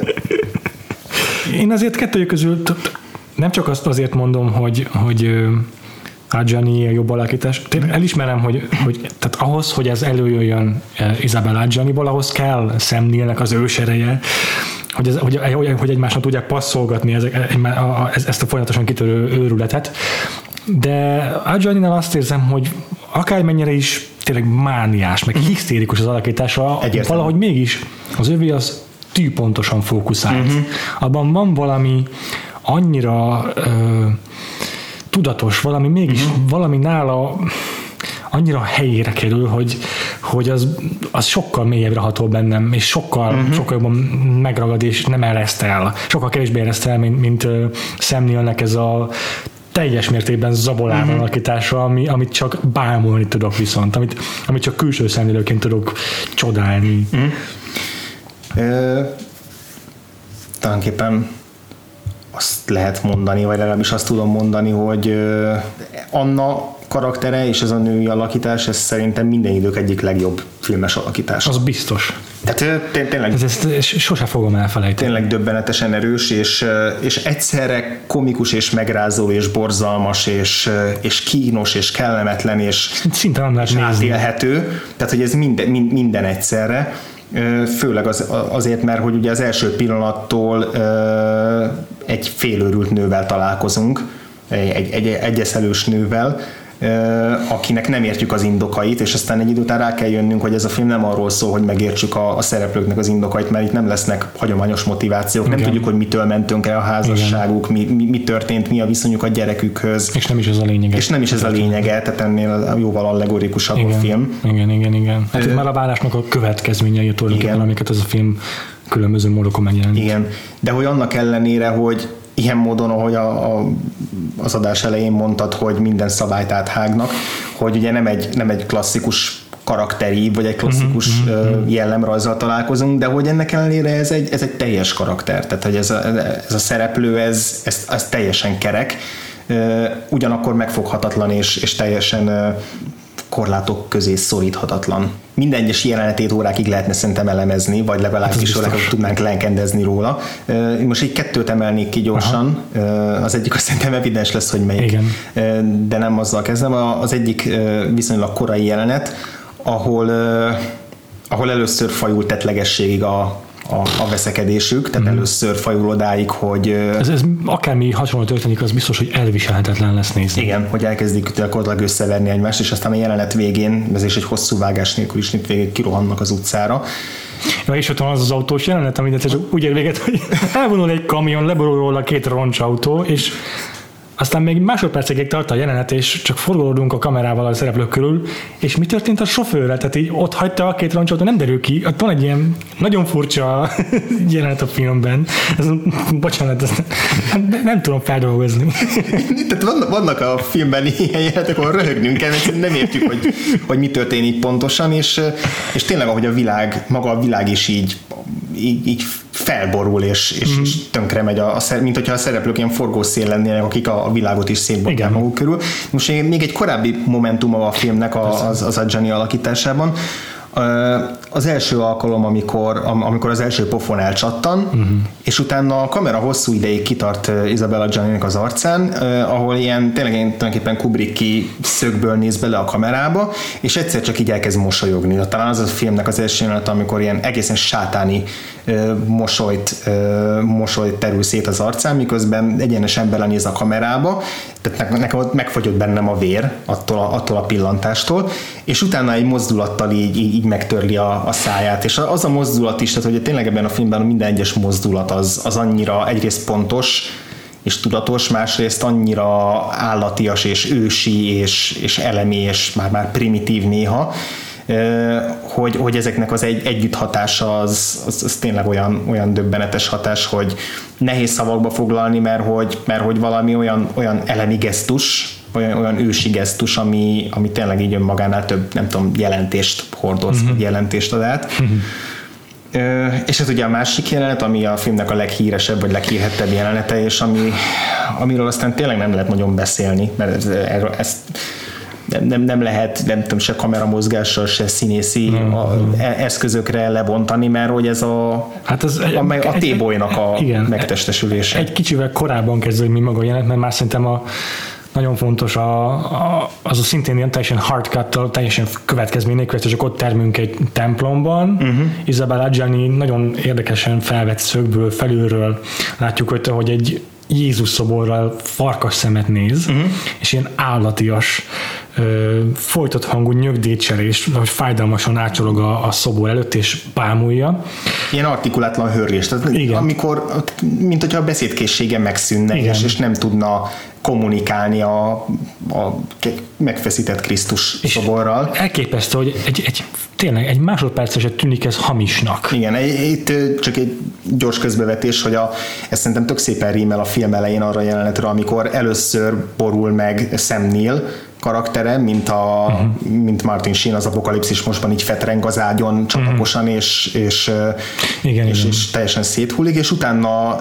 én azért kettőjük közül nem csak azt azért mondom, hogy, hogy Adjani a jobb alakítás. Elismerem, hogy, hogy tehát ahhoz, hogy ez előjöjjön Isabelle Adjaniból, ahhoz kell Sam Neillnek az ősereje, hogy, ez, hogy, hogy egymásnak tudják passzolgatni ezek, ezt a folyamatosan kitörő őrületet. De Adjaninál azt érzem, hogy akármennyire is tényleg mániás, meg hisztérikus az alakítása, Egyértelmű. valahogy mégis az övé az tűpontosan fókuszált. Uh-huh. Abban van valami annyira ö, tudatos, valami mégis, uh-huh. valami nála annyira helyére kerül, hogy, hogy az, az sokkal mélyebbre hatol bennem, és sokkal, uh-huh. sokkal jobban megragad, és nem ereszt el. Sokkal kevésbé ereszt el, mint, mint uh, Sam Neillnek ez a teljes mértékben zabolán uh-huh. alakítása, ami, amit csak bámulni tudok viszont, amit, amit csak külső szemlélőként tudok csodálni. Uh-huh. Ö, talánképpen azt lehet mondani, vagy legalábbis azt tudom mondani, hogy Anna karaktere és ez a női alakítás, ez szerintem minden idők egyik legjobb filmes alakítás. Az biztos. Tehát tényleg... Ez, ezt, ezt sose fogom elfelejteni. Tényleg döbbenetesen erős, és, és egyszerre komikus, és megrázó, és borzalmas, és, és kínos, és kellemetlen, és, szinte nem lehet és nézni. átélhető. Tehát, hogy ez minden, minden egyszerre. Főleg az, azért, mert hogy ugye az első pillanattól egy félőrült nővel találkozunk, egy, egy egyeszelős nővel, akinek nem értjük az indokait, és aztán egy idő után rá kell jönnünk, hogy ez a film nem arról szól, hogy megértsük a, a szereplőknek az indokait, mert itt nem lesznek hagyományos motivációk, igen. Nem tudjuk, hogy mitől mentünk el a házasságuk, mi, mi, mi történt, mi a viszonyuk a gyerekükhöz. És nem is ez a lényege. És nem is ez a lényege, tehát ennél jóval allegorikusabb igen, a film. Igen, igen, igen. Hát ez már a válásnak a következményei tulajdonképpen, amiket ez a film különböző módokon megjelent. Igen, de hogy annak ellenére, hogy ilyen módon, ahogy a, a, az adás elején mondtad, hogy minden szabályt áthágnak, hogy ugye nem egy, nem egy klasszikus karakteri, vagy egy klasszikus uh-huh, jellemrajzzal találkozunk, de hogy ennek ellenére ez egy, ez egy teljes karakter, tehát hogy ez a, ez a szereplő, ez, ez, ez teljesen kerek, ugyanakkor megfoghatatlan és, és teljesen korlátok közé szoríthatatlan. Minden egyes jelenetét órákig lehetne szerintem elemezni, vagy legalábbis hát órákat tudnánk lekendezni róla. Most egy kettőt emelnék ki gyorsan. Aha. Az egyik azt szerintem evidens lesz, hogy melyik. Igen. De nem azzal kezdem. Az egyik viszonylag korai jelenet, ahol, ahol először fajult tettlegességig a A, a veszekedésük, tehát mm. először fajul odáig, hogy... Ez, ez akármi hasonló történik, az biztos, hogy elviselhetetlen lesz nézni. Igen, hogy elkezdik gyakorlatilag összeverni egymást, és aztán a jelenet végén, ez is egy hosszú vágás nélkül is végén kirohannak az utcára. Ja, és ott van az az autós jelenet, amit csak úgy ér véget, hogy elvonul egy kamion, leborul róla két roncsautó, és aztán még másodpercekig tart a jelenet, és csak forgolódunk a kamerával a szereplők körül, és mi történt a sofőrrel? Tehát így ott hagyta a két roncsautó, nem derül ki. Ott van egy ilyen nagyon furcsa jelenet a filmben. Ez, bocsánat, ezt nem, nem tudom feldolgozni. Tehát vannak, vannak a filmben ilyen jelenetek, ahol röhögnünk kell, mert nem értjük, hogy, hogy mi történik pontosan, és, és tényleg ahogy a világ, maga a világ is így, így, így felborul, és, és, mm. és tönkre megy, a, a, mint hogyha a szereplők ilyen forgószél lennének, akik a, a világot is szétbontják maguk körül. Most még egy korábbi momentuma a filmnek a, az, az Adjani alakításában. Az első alkalom, amikor, amikor az első pofon elcsattan, uh-huh. és utána a kamera hosszú ideig kitart Isabella Giannininek az arcán, ahol ilyen tényleg tulajdonképpen Kubricki szögből néz bele a kamerába, és egyszer csak így elkezd mosolyogni. Talán az a filmnek az első jelenet, amikor ilyen egészen sátáni mosolyt, mosolyt terül szét az arcán, miközben egyenesen belenéz a kamerába, tehát nekem ott megfagyott bennem a vér attól a, attól a pillantástól, és utána egy mozdulattal így, így, így megtörli a, a száját, és az a mozdulat is, tehát hogy tényleg ebben a filmben minden egyes mozdulat az, az annyira egyrészt pontos és tudatos, másrészt annyira állatias és ősi és, és elemi és már-már primitív néha, hogy, hogy ezeknek az egy, együtt hatása az, az, az tényleg olyan, olyan döbbenetes hatás, hogy nehéz szavakba foglalni, mert hogy, mert hogy valami olyan, olyan elemi gesztus, olyan, olyan ősi gesztus, ami, ami tényleg így önmagánál több, nem tudom, jelentést hordoz, uh-huh. vagy jelentést ad át. Uh-huh. Ö, és ez ugye a másik jelenet, ami a filmnek a leghíresebb, vagy leghírhettebb jelenete, és ami, amiről aztán tényleg nem lehet nagyon beszélni, mert ez, erről, ezt Nem, nem lehet, nem tudom, se kameramozgással, se színészi mm, a, mm. eszközökre lebontani, mert hogy ez a, hát az, a, a, a T-boynak a igen, megtestesülése. Egy kicsivel korábban kezdődik, mint maga a jelenet, mert már szerintem a, nagyon fontos a, a, az a szintén ilyen teljesen hardcut-tal, teljesen következmény nélkül, csak ott termünk egy templomban. Uh-huh. Isabella Adjani nagyon érdekesen felvett szögből, felülről látjuk, hogy, hogy egy Jézus szoborral farkas szemet néz, uh-huh. és ilyen állatias, ö, folytott hangú nyögdécselés, hogy fájdalmasan átcsorog a, a szobor előtt, és bámulja. Ilyen artikulátlan hörgés, tehát igen. amikor, mint hogyha a beszédkészsége megszűnne, és, és nem tudna kommunikálni a, a megfeszített Krisztus és szoborral. Elképesztő, hogy egy, egy, tényleg egy másodpercesre tűnik ez hamisnak. Igen, itt csak egy gyors közbevetés, hogy a, ez szerintem tök szépen rímel a film elején arra a jelenetre, amikor először borul meg Sam Neill karaktere, mint, a, uh-huh. mint Martin Sheen az Apokalipszis mostban így fetreng az ágyon csataposan, uh-huh. és, és, igen, és, igen. és teljesen széthullik, és utána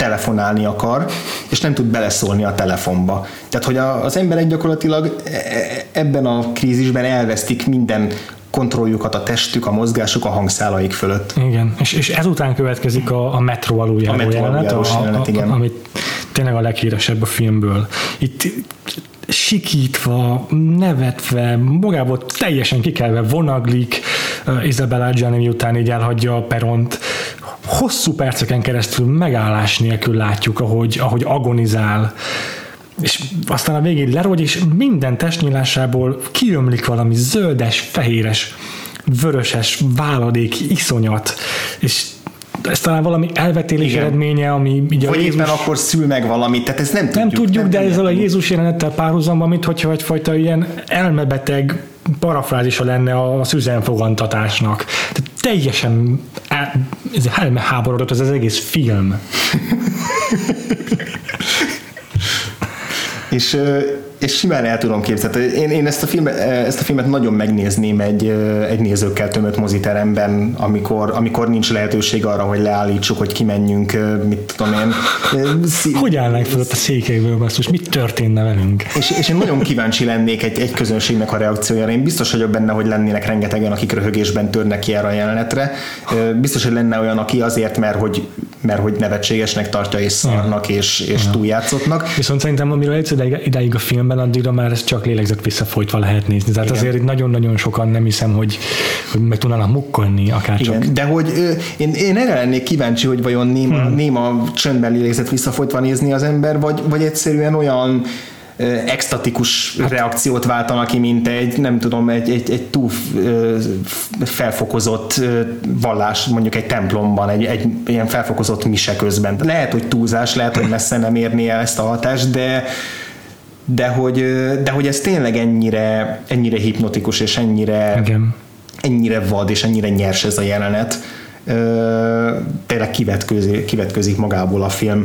telefonálni akar, és nem tud beleszólni a telefonba. Tehát, hogy az emberek gyakorlatilag ebben a krízisben elvesztik minden kontrolljukat, a testük, a mozgásuk, a hangszálaik fölött. Igen, és, és ezután következik a, a metró aluljáró jelenet, a, a, a, amit tényleg a leghíresebb a filmből. Itt sikítva, nevetve, magából teljesen kikelve vonaglik uh, Isabella Adjani, miután így elhagyja a peront. Hosszú perceken keresztül megállás nélkül látjuk, ahogy, ahogy agonizál, és aztán a végén lerogy, és minden testnyílásából kiömlik valami zöldes, fehéres, vöröses váladék, iszonyat, és ez talán valami elvetélés Igen. eredménye, ami így vagy a Jézus... éppen akkor szül meg valamit, tehát ezt nem tudjuk. Nem tudjuk, nem de ezzel a Jézus jelenettel párhuzamban, minthogyha egyfajta ilyen elmebeteg parafrázisa lenne a szüzenfogantatásnak. Tehát teljesen elmeháborodott ez az egész film. és, és simán el tudom képzelni. Én, én ezt, a filmet, ezt a filmet nagyon megnézném egy, egy nézőkkel tömött moziteremben, amikor, amikor nincs lehetőség arra, hogy leállítsuk, hogy kimenjünk, mit tudom én. Hogy állnánk fel ott a székeiből, basszus? Mit történne velünk? És, és én nagyon kíváncsi lennék egy, egy közönségnek a reakciójára. Én biztos vagyok benne, hogy lennének rengetegen, akik röhögésben törnek ki erre a jelenetre. Biztos, hogy lenne olyan, aki azért, mert hogy, mert hogy nevetségesnek tartja, és szarnak, ja. és, és ja. túljátszottak. Viszont szerintem, amiről egy idáig a filmben, addigra már ezt csak lélegzett visszafolytva lehet nézni. Tehát Igen. azért itt nagyon-nagyon sokan nem hiszem, hogy, hogy meg tudnának mukkolni akárcsak. Igen, de hogy én, én erre lennék kíváncsi, hogy vajon néma, hmm. néma csöndben lélegzett visszafolytva nézni az ember, vagy, vagy egyszerűen olyan extatikus hát, reakciót váltanak ki, mint egy, nem tudom, egy, egy, egy túl felfokozott vallás, mondjuk egy templomban, egy, egy ilyen felfokozott mise közben. Lehet, hogy túlzás, lehet, hogy messze nem érné el ezt a hatást, de de hogy, de hogy ez tényleg ennyire, ennyire hipnotikus, és ennyire, Igen. ennyire vad, és ennyire nyers ez a jelenet. Tényleg kivetkőzik, kivetkőzik magából a film.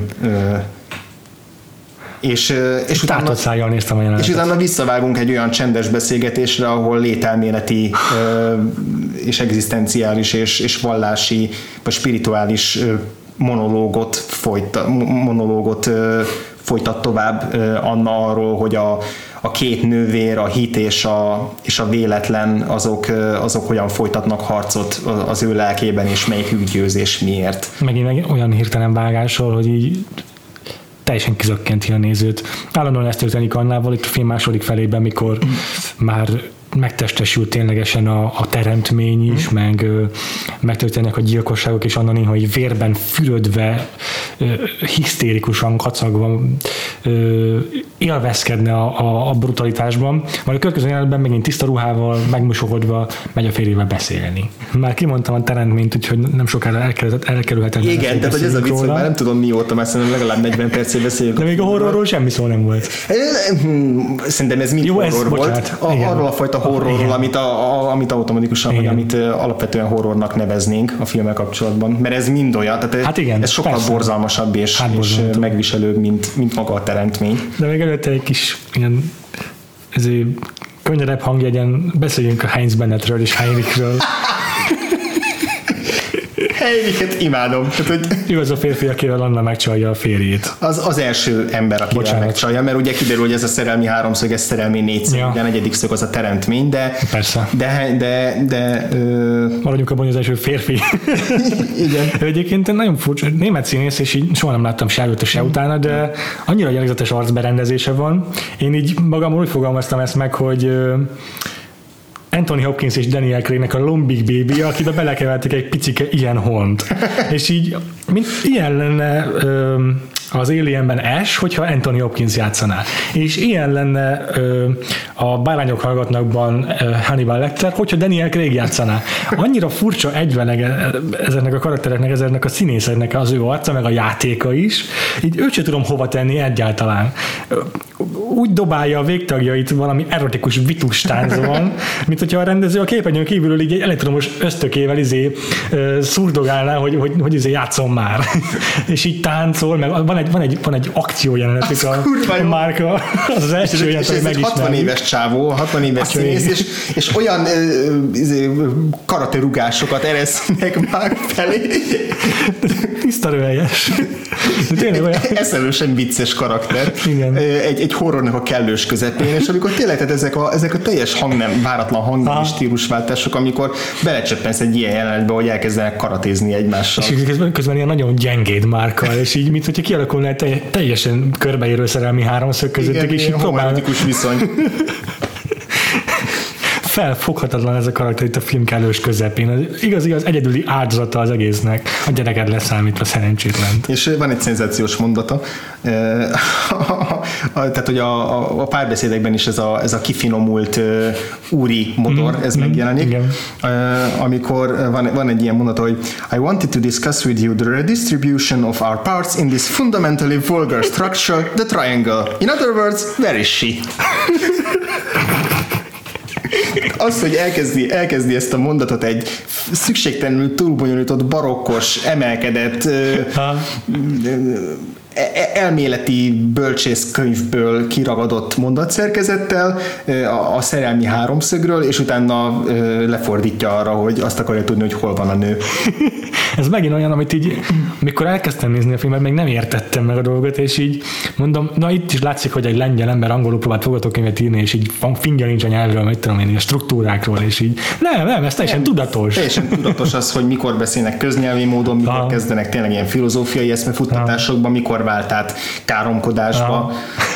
És, és, utána, szájjal néztem a jelenetet. És utána visszavágunk egy olyan csendes beszélgetésre, ahol lételméleti és egzisztenciális és, és vallási vagy spirituális monológot folyt, monológot folytat tovább Anna arról, hogy a, a két nővér, a hit és a, és a véletlen, azok, azok hogyan folytatnak harcot az ő lelkében, és melyikük győz és miért. Megint olyan hirtelen vágásról, hogy így teljesen kizökkenti a nézőt. Állandóan ezt történik Annával itt a film második felében, mikor mm. már megtestesül ténylegesen a, a teremtmény is, mm. meg ö, megtörténnek a gyilkosságok, és Anna néha így vérben fürödve, ö, hisztérikusan kacagva ö, élvezkedne a, a, a brutalitásban. Majd a következő jelenetben megint tiszta ruhával, megmosogodva megy a férjével beszélni. Már kimondtam a teremtményt, úgyhogy nem sokára elkerülhetetlen. Igen, tehát hogy ez a vicc, hogy már nem tudom mióta, mert szerintem legalább negyven percig beszélünk. De még a horrorról semmi szó nem volt. Szerintem ez mind Jó, horror ez, volt. A, arról a fajta horrorról, amit, a, a, amit automatikusan, vagy amit alapvetően horrornak neveznénk a filmmel kapcsolatban. Mert ez mind olyan, tehát hát igen, ez sokkal persze. borzalmasabb és, hát és megviselőbb, mint, mint maga a teremtmény. De még előtte egy kis ilyen ezért könnyedebb hangjegyen beszéljünk a Heinz Bennettről és Heinrichről. Heinrichet imádom. Tehát, hogy ő az a férfi, akivel Anna megcsalja a férjét. Az, az első ember, akivel Bocsánat. megcsalja, mert ugye kiderül, hogy ez a szerelmi háromszög, ez szerelmi négyszög, ja. de a negyedik szög az a teremtmény, de Persze. de, de, de ö... maradjunk abban, hogy az első férfi. Igen. Ő egyébként nagyon furcsa, német színész, és így soha nem láttam se előtte, se utána, de annyira jellegzetes arcberendezése van. Én így magamról úgy fogalmaztam ezt meg, hogy Anthony Hopkins és Daniel Craig-nek a Lombik Baby, akibe belekevertek egy picike ilyen hont. És így, mint ilyen lenne ö, az Alienben Ash, hogyha Anthony Hopkins játszaná. És ilyen lenne ö, a Bárányok hallgatnakban ö, Hannibal Lecter, hogyha Daniel Craig játszaná. Annyira furcsa egyveleg ezeknek a karaktereknek, ezeknek a színészeknek az ő arca, meg a játéka is. Így őt sem tudom hova tenni egyáltalán. Úgy dobálja a végtagjait valami erotikus vitustáncban, mint hogyha a rendező a képernyőn kívülről így egy elektromos ösztökével izé uh, szurdogálná, hogy, hogy, hogy izé játszom már. És így táncol, meg van van egy, van egy, van egy akciójelenetük a, a Márka, az az első jelenet, hogy megismerjük. hatvan éves csávó, hatvan éves színész, és, és olyan karaterugásokat eresznek Márk felé. Tiszta röhelyes. Eszelősen vicces karakter. Igen. Egy, egy horrornak a kellős közepén, és amikor tényleg tehát ezek, a, ezek a teljes hangnem, váratlan hangnem és stílusváltások, amikor belecsöppensz egy ilyen jelenetbe, hogy elkezdenek karatézni egymással. És közben, közben ilyen nagyon gyengéd Márkkal, és így, mint hogyha kialakulna egy teljesen körbeérő szerelmi háromszög közöttük, és így próbálnak. Viszony. Felfoghatatlan ez a karakter itt a film kellős közepén. Az igaz, igaz, egyedüli áldozata az egésznek, a gyereket leszámítva szerencsétlen. És van egy szenzációs mondata, tehát hogy a, a, a párbeszédekben is ez a, ez a kifinomult úri motor, ez mm, megjelenik, igen. Amikor van, van egy ilyen mondata, hogy I wanted to discuss with you the redistribution of our parts in this fundamentally vulgar structure, the triangle. In other words, where is she? Az, hogy elkezdi, elkezdi ezt a mondatot egy szükségtelenül túlbonyolított, barokkos, emelkedett elméleti bölcsészkönyvből kiragadott mondatszerkezettel a, a szerelmi háromszögről, és utána lefordítja arra, hogy azt akarja tudni, hogy hol van a nő. Ez megint olyan, amit így, mikor elkezdtem nézni a filmet, még nem értettem meg a dolgot, és így mondom, na itt is látszik, hogy egy lengyel ember angolul próbált forgatókönyvet írni, és így fingja nincs a nyelvről, mit tudom én, a struktúrákról, és így nem, nem, ez teljesen nem, tudatos. Teljesen tudatos az, hogy mikor beszélnek köznyelvi módon, mikor Aha. kezdenek tényleg ilyen filozófiai eszmefuttatásokba, mikor vált át káromkodásba. Aha.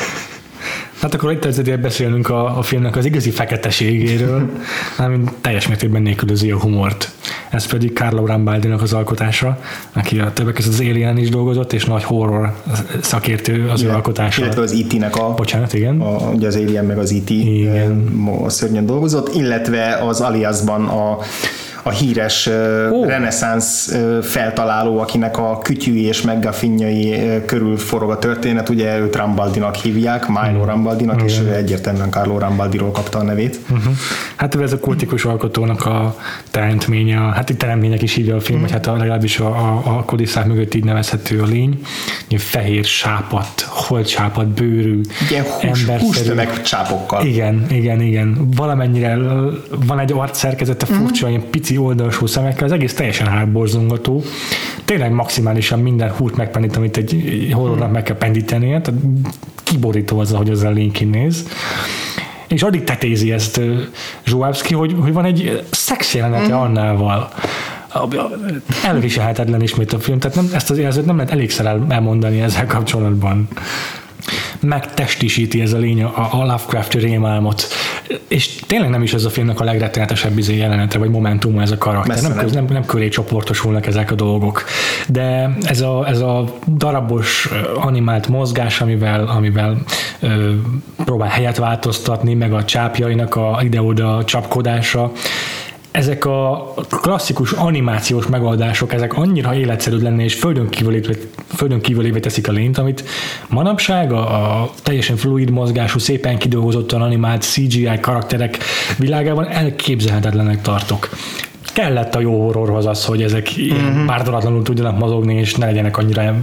Hát akkor itt ezzel beszélnünk a, a filmnek az igazi feketeségéről, ami teljes mértékben nélkülözi a humort. Ez pedig Carlo Rambaldinak az alkotása, aki a többek között az Alien is dolgozott, és nagy horror szakértő az igen, ő alkotása. Illetve az í té-nek a... Bocsánat, igen. A, ugye az Alien meg az í té igen. a szörnyen dolgozott, illetve az Aliasban a a híres oh. reneszánsz feltaláló, akinek a kütyűi és meggafinjai körül forog a történet, ugye őt Rambaldinak hívják, Milo Rambaldinak, mm. és ő egyértelműen Carlo Rambaldiról kapta a nevét. Uh-huh. Hát ő ez a kultikus alkotónak a teremtménye, hát itt teremtmények is hívja a film, mm. hogy hát a, legalábbis a, a, a kulisszák mögött így nevezhető a lény. Fehér sápadt, holdsápadt, bőrű, igen, hús, hústömeg csápokkal. Igen, igen, igen. Valamennyire van egy arcszerkezete furcsa, mm. ilyen pici oldalsó szemekkel, az egész teljesen hátborzongató. Tényleg maximálisan minden húrt megpendít, amit egy horrornak meg kell pendítenie, tehát kiborító az, ahogy az a lény kinéz. És addig tetézi ezt Zsuávszky, hogy, hogy van egy szex jelenete mm. Annával. Elviselhetetlen ismét a film, tehát nem, ezt az érzőt nem lehet elégszer el, elmondani ezzel kapcsolatban. Megtestisíti ez a lény a, a Lovecraft rémálmot. És tényleg nem is ez a filmnek a legrettenetesebb izé jelenete, vagy momentuma ez a karakter. Nem, nem, nem köré csoportosulnak ezek a dolgok. De ez a, ez a darabos animált mozgás, amivel, amivel ö, próbál helyet változtatni, meg a csápjainak a ide-oda csapkodása, ezek a klasszikus animációs megoldások, ezek annyira életszerű lenne, és földön kívülévé, földön kívülévé teszik a lényt, amit manapság a, a teljesen fluid mozgású, szépen kidolgozottan animált cé gé í karakterek világában elképzelhetetlenek tartok. Kellett a jó horrorhoz az, hogy ezek uh-huh. pártalatlanul tudjanak mozogni, és ne legyenek annyira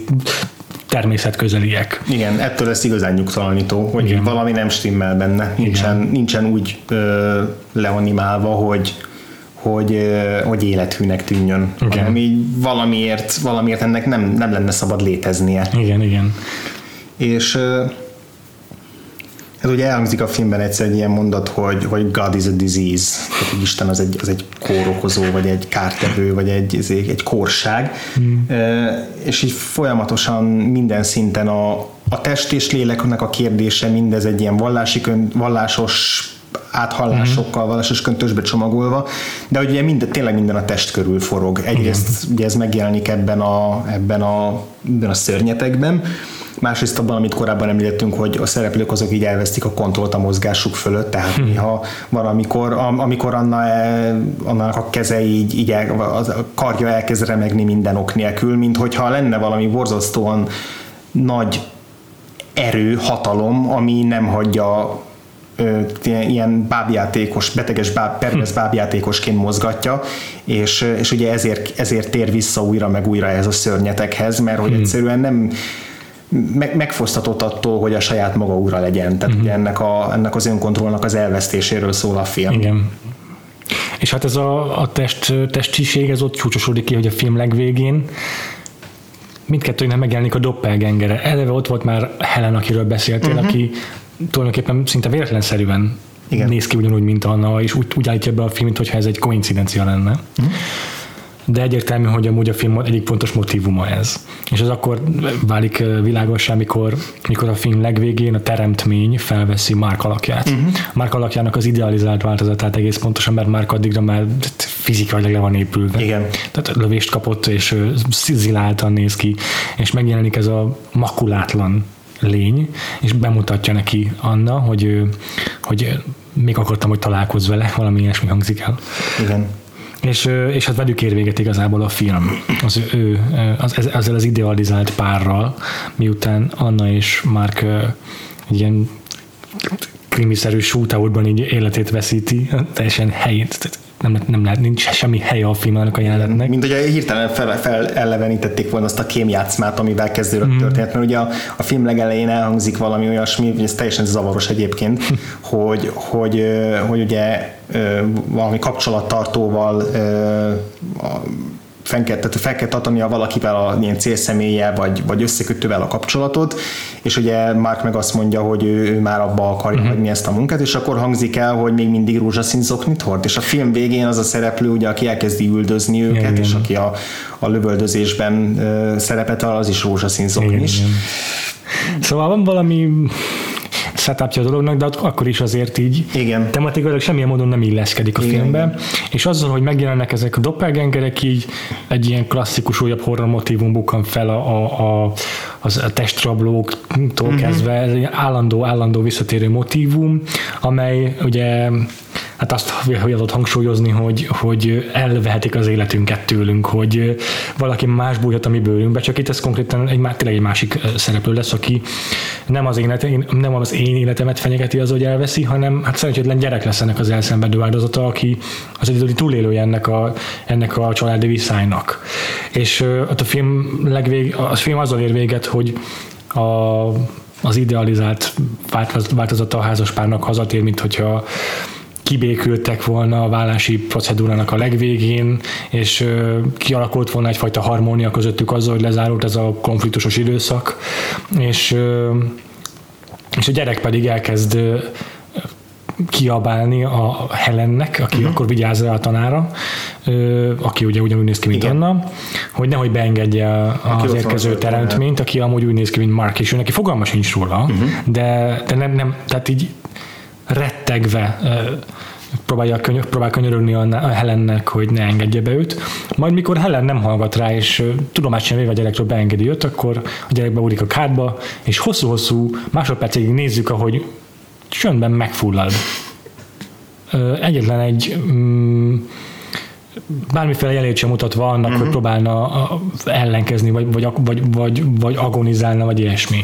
természetközeliek. Igen, ettől lesz igazán nyugtalanító, hogy igen. valami nem stimmel benne. Nincsen, nincsen úgy ö, leanimálva, hogy, hogy, ö, hogy élethűnek tűnjön. Hanem így valamiért, valamiért ennek nem, nem lenne szabad léteznie. Igen, igen. És ö, ez ugye elhangzik a filmben egyszer egy ilyen mondat, hogy, hogy God is a disease, tehát hogy Isten az egy, az egy kórokozó, vagy egy kártevő, vagy egy, egy kórság, mm. e, és így folyamatosan minden szinten a, a test és léleknek a kérdése, mindez egy ilyen vallási, vallásos áthallásokkal, mm. vallásos köntösbe csomagolva, de hogy ugye minden, tényleg minden a test körül forog. Egyrészt ugye ez megjelenik ebben a, ebben a, ebben a szörnyetekben, másrészt abban, amit korábban említettünk, hogy a szereplők azok így elvesztik a kontrollt a mozgásuk fölött, tehát hmm. néha van, amikor, amikor Anna, annak a keze így, így el, a karja elkezd remegni minden ok nélkül, mint hogyha lenne valami borzasztóan nagy erő, hatalom, ami nem hagyja ilyen bábjátékos, beteges báb, pervers bábjátékosként mozgatja, és, és ugye ezért, ezért tér vissza újra meg újra ez a szörnyetekhez, mert hogy hmm. egyszerűen nem meg, megfosztatott attól, hogy a saját maga ura legyen. Tehát uh-huh. ugye ennek, a, ennek az önkontrollnak az elvesztéséről szól a film. Igen. És hát ez a, a test, testiség, ez ott csúcsosodik ki, hogy a film legvégén mindkettőnek megjelenik a doppelgangere. Eleve ott volt már Helen, akiről beszéltél, uh-huh. aki tulajdonképpen szinte véletlenszerűen igen. néz ki ugyanúgy, mint Anna, és úgy, úgy állítja be a filmet, hogyha ez egy koincidencia lenne. Uh-huh. De egyértelmű, hogy amúgy a film egyik fontos motívuma ez. És ez akkor válik világossá, mikor, mikor a film legvégén a teremtmény felveszi Mark alakját. Uh-huh. Mark alakjának az idealizált változatát egész pontosan, mert Mark addigra már fizikailag le van épülve. Igen. Tehát lövést kapott, és ziláltan néz ki, és megjelenik ez a makulátlan lény, és bemutatja neki Anna, hogy, hogy még akartam, hogy találkozz vele, valami ilyesmi hangzik el. Igen. És, és hát velük ér véget igazából a film, az, ő, az, ezzel az idealizált párral, miután Anna és Mark egy ilyen krimiszerű shootoutban így életét veszíti, teljesen helyét, nem, nem lehet, nincs semmi helye a filmnek a jelenetnek. Mint hogy hirtelen fel, felelevenítették volna azt a kémjátszmát, amivel kezdődött mm. történet, mert ugye a, a film legelején elhangzik valami olyasmi, ez teljesen zavaros egyébként, hogy, hogy, hogy ugye valami kapcsolattartóval fel kell, tehát fel kell tartania valakivel a ilyen célszeméllyel, vagy, vagy összekötővel a kapcsolatot, és ugye Mark meg azt mondja, hogy ő, ő már abba akarja uh-huh. hagyni ezt a munkát, és akkor hangzik el, hogy még mindig rózsaszín zoknit hord, és a film végén az a szereplő, ugye, aki elkezdi üldözni őket, igen, és igen. aki a, a lövöldözésben uh, szerepet, az is rózsaszín zoknis. Igen, igen. Szóval van valami setupja a dolognak, de akkor is azért így igen. tematikailag semmilyen módon nem illeszkedik a igen. filmbe, és azzal, hogy megjelennek ezek a doppelgangerek, így egy ilyen klasszikus újabb horror motívum bukkan fel a, a, a, a testrablóktól mm-hmm. kezdve, ez egy állandó, állandó visszatérő motívum, amely ugye hát azt adott hangsúlyozni, hogy, hogy elvehetik az életünket tőlünk, hogy valaki más bújhat a mi bőrünkbe, csak itt ez konkrétan egy, tényleg egy másik szereplő lesz, aki nem az, élet, nem az én életemet fenyegeti az, hogy elveszi, hanem hát szerencsétlen gyerek lesz ennek az elszenvedő áldozata, aki az egyedüli túlélője ennek a, ennek a családi viszálynak. És ott a film, legvég, a film azzal ér véget, hogy a, az idealizált változata a házaspárnak hazatér, mint hogyha kibékültek volna a vállási procedúrának a legvégén, és kialakult volna egyfajta harmónia közöttük azzal, hogy lezárult ez a konfliktusos időszak, és, és a gyerek pedig elkezd kiabálni a Helennek, aki uh-huh. akkor vigyáz rá a tanára, aki ugye ugyanúgy néz ki, mint igen. Anna, hogy nehogy beengedje az érkező teremtményt, aki amúgy úgy néz ki, mint Mark, és ő neki fogalma sincs róla, uh-huh. de, de nem, nem, tehát így rettegve próbálja könyör, próbál könyörögni a Helennek, hogy ne engedje be őt. Majd mikor Helen nem hallgat rá, és tudomást sem véve a gyerekről beengedi őt, akkor a gyerek beúrik a kádba, és hosszú-hosszú másodpercig nézzük, ahogy csöndben megfullad. Egyetlen egy mm, bármiféle jelét sem mutatva annak, uh-huh. hogy próbálna ellenkezni, vagy, vagy, vagy, vagy, vagy agonizálna, vagy ilyesmi.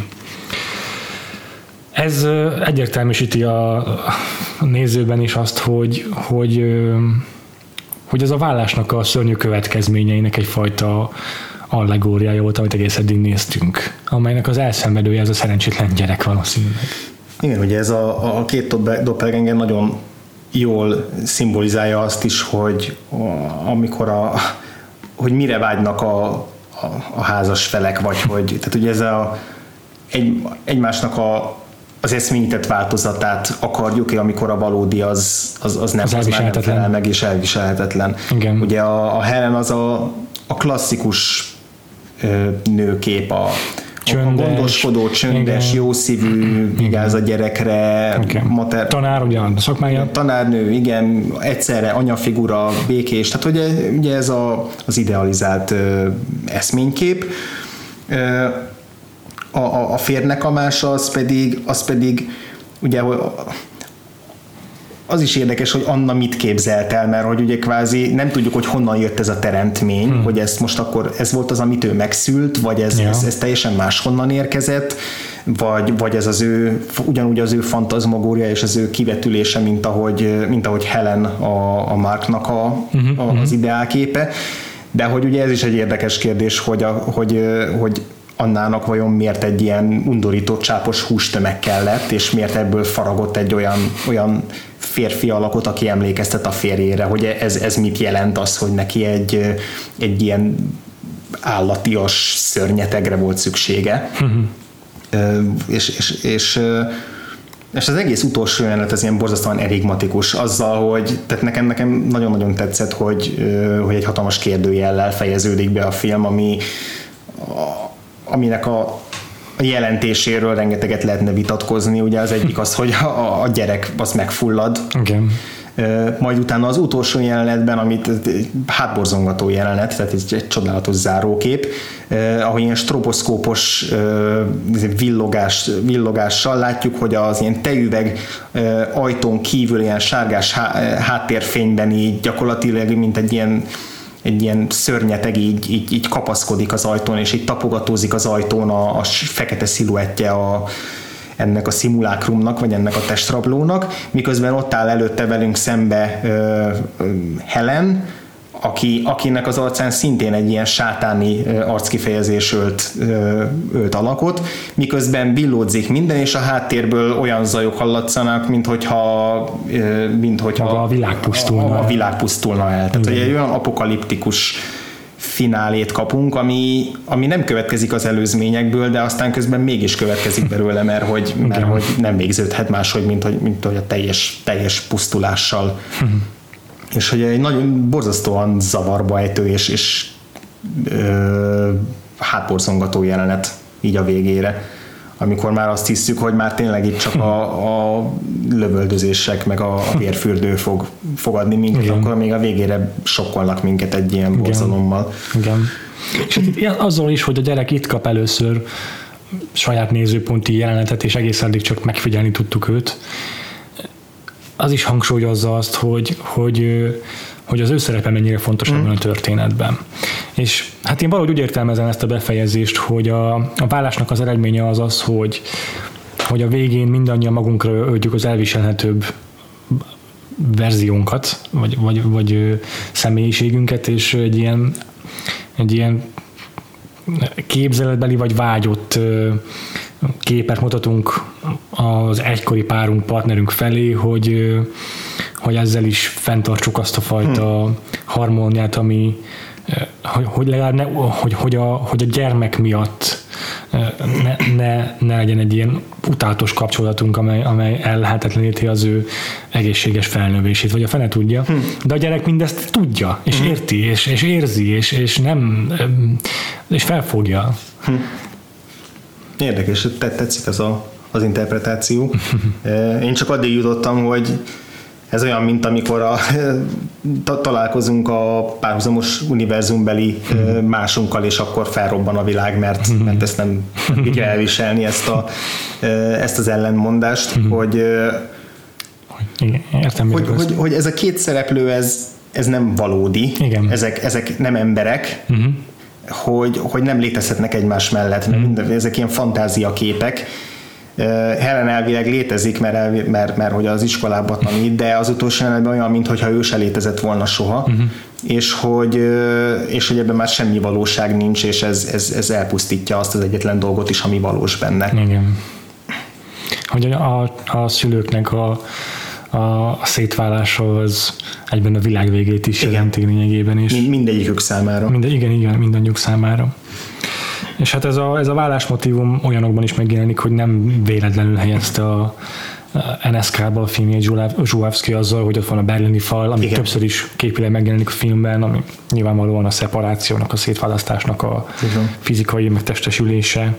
Ez egyértelműsíti a nézőben is azt, hogy, hogy, hogy ez a vállásnak a szörnyű következményeinek egyfajta allegóriája volt, amit egész eddig néztünk, amelynek az elszenvedője ez a szerencsétlen gyerek valószínűleg. Igen, ugye ez a, a két doppelganger nagyon jól szimbolizálja azt is, hogy amikor a, hogy mire vágynak a, a, a házas felek, vagy hogy, tehát ugye ez a egy, egymásnak a az eszményített változatát akarjuk, amikor a valódi az, az, az nem, az, az már nem felel meg, és elviselhetetlen. Igen. Ugye a, a Helen az a, a klasszikus ö, nőkép, a, csöndes, a gondoskodó, csöndes, igen. jószívű, vigyáz a gyerekre, okay. mater... tanár ugyan, a szakmája. Tanárnő, igen, egyszerre anyafigura, békés, tehát ugye, ugye ez a, az idealizált ö, eszménykép. Ö, A, a, a férnek a mása, az pedig, az pedig ugye az is érdekes, hogy Anna mit képzelt el, mert hogy ugye kvázi nem tudjuk, hogy honnan jött ez a teremtmény, hmm. hogy ezt most akkor ez volt az, amit ő megszült, vagy ez, ja. ez, ez teljesen máshonnan érkezett, vagy, vagy ez az ő, ugyanúgy az ő fantazmagória és az ő kivetülése, mint ahogy, mint ahogy Helen a, a Marknak a, a, az ideálképe. De hogy ugye ez is egy érdekes kérdés, hogy, a, hogy, hogy Annának vajon miért egy ilyen undorító csápos hústömeg kellett, és miért ebből faragott egy olyan, olyan férfi alakot, aki emlékeztet a férjére, hogy ez, ez mit jelent az, hogy neki egy, egy ilyen állatias szörnyetegre volt szüksége. Uh-huh. és, és, és, és az egész utolsó jelenet az ilyen borzasztóan enigmatikus azzal, hogy tehát nekem, nekem nagyon-nagyon tetszett, hogy, hogy egy hatalmas kérdőjellel fejeződik be a film, ami aminek a, a jelentéséről rengeteget lehetne vitatkozni. Ugye az egyik az, hogy a, a gyerek az megfullad. Okay. Majd utána az utolsó jelenetben, amit hátborzongató jelenet, tehát egy, egy csodálatos zárókép, eh, ahol ilyen stroboszkópos eh, villogás, villogással látjuk, hogy az ilyen tejüveg eh, ajtón kívül ilyen sárgás há, háttérfényben így gyakorlatilag, mint egy ilyen egy ilyen szörnyeteg így, így, így kapaszkodik az ajtón, és így tapogatózik az ajtón a, a fekete sziluettje a, ennek a szimulákrumnak, vagy ennek a testrablónak, miközben ott áll előtte velünk szembe ö, ö, Helen, aki, akinek az arcán szintén egy ilyen sátáni ö, arckifejezés ölt, ö, ölt alakot, miközben villódzik minden, és a háttérből olyan zajok hallatszanak, mint hogyha, ö, mint hogyha a világ pusztulna, a, a világ pusztulna el. Tehát, hogy egy olyan apokaliptikus finálét kapunk, ami, ami nem következik az előzményekből, de aztán közben mégis következik belőle, mert hogy, mert hogy nem végződhet máshogy, mint hogy, mint hogy a teljes, teljes pusztulással. És hogy egy nagyon borzasztóan zavarba ejtő és, és ö, hátborzongató jelenet így a végére, amikor már azt hiszük, hogy már tényleg itt csak a, a lövöldözések meg a vérfürdő fog fogadni minket, igen. Akkor még a végére sokkolnak minket egy ilyen igen. borzalommal. Igen. És azzal is, hogy a gyerek itt kap először saját nézőponti jelenetet, és egész addig csak megfigyelni tudtuk őt, az is hangsúlyozza azt, hogy, hogy, hogy az ő szerepe mennyire fontos ebben mm. a történetben. És hát én valahogy úgy értelmezem ezt a befejezést, hogy a, a vállásnak az eredménye az az, hogy, hogy a végén mindannyian magunkra öltjük az elviselhetőbb verziónkat, vagy, vagy, vagy személyiségünket, és egy ilyen, egy ilyen képzeletbeli vagy vágyott képet mutatunk az egykori párunk, partnerünk felé, hogy, hogy ezzel is fenntartsuk azt a fajta hmm. harmóniát, ami hogy, hogy legalább ne, hogy, hogy, a, hogy a gyermek miatt ne, ne, ne legyen egy ilyen utálatos kapcsolatunk, amely, amely ellehetetleníti az ő egészséges felnövését, vagy a fene tudja. Hmm. De a gyerek mindezt tudja, és hmm. érti, és, és érzi, és, és nem és felfogja. Hmm. Érdekes, tetszik az a, az interpretáció. Én csak addig jutottam, hogy ez olyan, mint amikor a, találkozunk a párhuzamos univerzumbeli másunkkal, és akkor felrobban a világ, mert, mert ezt nem tudja elviselni, ezt, a, ezt az ellentmondást, hogy, igen, értem, hogy, hogy, hogy ez a két szereplő, ez, ez nem valódi, ezek, ezek nem emberek, uh-huh. hogy, hogy nem létezhetnek egymás mellett, mert minden, ezek ilyen fantáziaképek. Helen elvileg létezik, mert, elvi, mert, mert hogy az iskolában tanít, de az utolsó jelenetben olyan, mintha ő se létezett volna soha, uh-huh. és, hogy, és hogy ebben már semmi valóság nincs, és ez, ez, ez elpusztítja azt az egyetlen dolgot is, ami valós benne. Igen. Hogy a, a szülőknek a, a szétválása az egyben a világ végét is jelenti lényegében is. Mindegyikük számára. Minde, igen, igen, mindannyiuk számára. És hát ez a, ez a vállásmotívum olyanokban is megjelenik, hogy nem véletlenül helyezte a en es ká-ba a filmjét Zsuhavszky azzal, hogy ott van a berlini fal, ami igen. többször is képileg megjelenik a filmben, ami nyilvánvalóan a szeparációnak, a szétválasztásnak a igen. fizikai megtestesülése.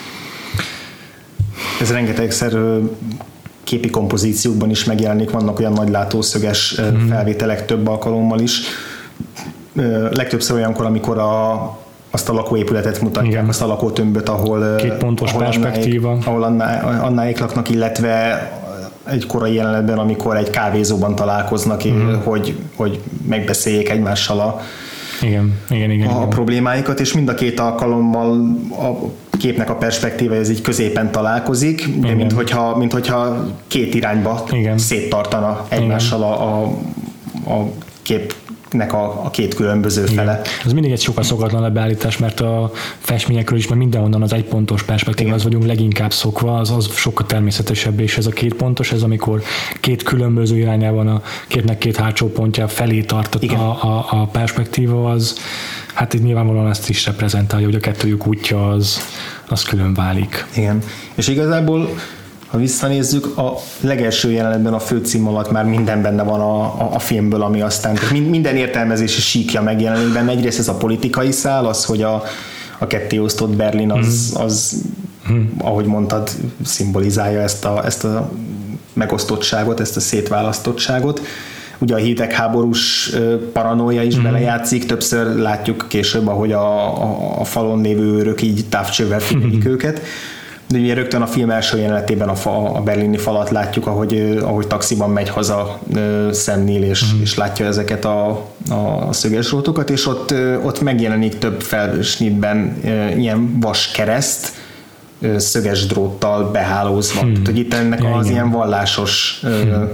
Ez rengetegszer képi kompozíciókban is megjelenik, vannak olyan nagy látószöges mm. felvételek több alkalommal is. Legtöbbször olyankor, amikor a azt a lakóépületet mutatják, igen. azt a lakótömböt, ahol két pontos ahol perspektíva. Annáik, ahol Annáik laknak, illetve egy korai jelenetben, amikor egy kávézóban találkoznak, mm. hogy, hogy megbeszéljék egymással a, igen, igen, igen, a igen. problémáikat, és mind a két alkalommal a képnek a perspektíva ez így középen találkozik, de mint hogyha, mint hogyha két irányba igen. széttartana egymással a, a, a kép nek a, a két különböző fele. Igen. Ez mindig egy sokkal szokatlanabb beállítás, mert a festményekről is, mert mindenhonnan az egy pontos perspektíva, az vagyunk leginkább szokva, az, az sokkal természetesebb, és ez a két pontos, ez amikor két különböző irányában a kétnek két hátsó pontja felé tartott a, a, a perspektíva, az hát itt nyilvánvalóan ezt is reprezentálja, hogy a kettőjük útja az, az külön válik. Igen, és igazából ha visszanézzük, a legelső jelenetben a főcím alatt már minden benne van a, a, a filmből, ami aztán minden értelmezési síkja megjelenik benne. Egyrészt ez a politikai szál, az, hogy a, a kettéosztott Berlin az, az hmm. ahogy mondtad, szimbolizálja ezt a, ezt a megosztottságot, ezt a szétválasztottságot. Ugye a hidegháborús paranója is mm. belejátszik, többször látjuk később, ahogy a, a, a falon lévő őrök így távcsővel figyelik mm. őket. De ugye rögtön a film első jelenetében a, fa, a berlini falat látjuk, ahogy, ahogy taxiban megy haza Sam Neill, és, mm. és látja ezeket a, a szögesdrótokat, és ott, ott megjelenik több felsnitben ilyen vas kereszt, szöges dróttal behálózva. Mm. Tehát, hogy itt ennek ja, az igen. ilyen vallásos mm.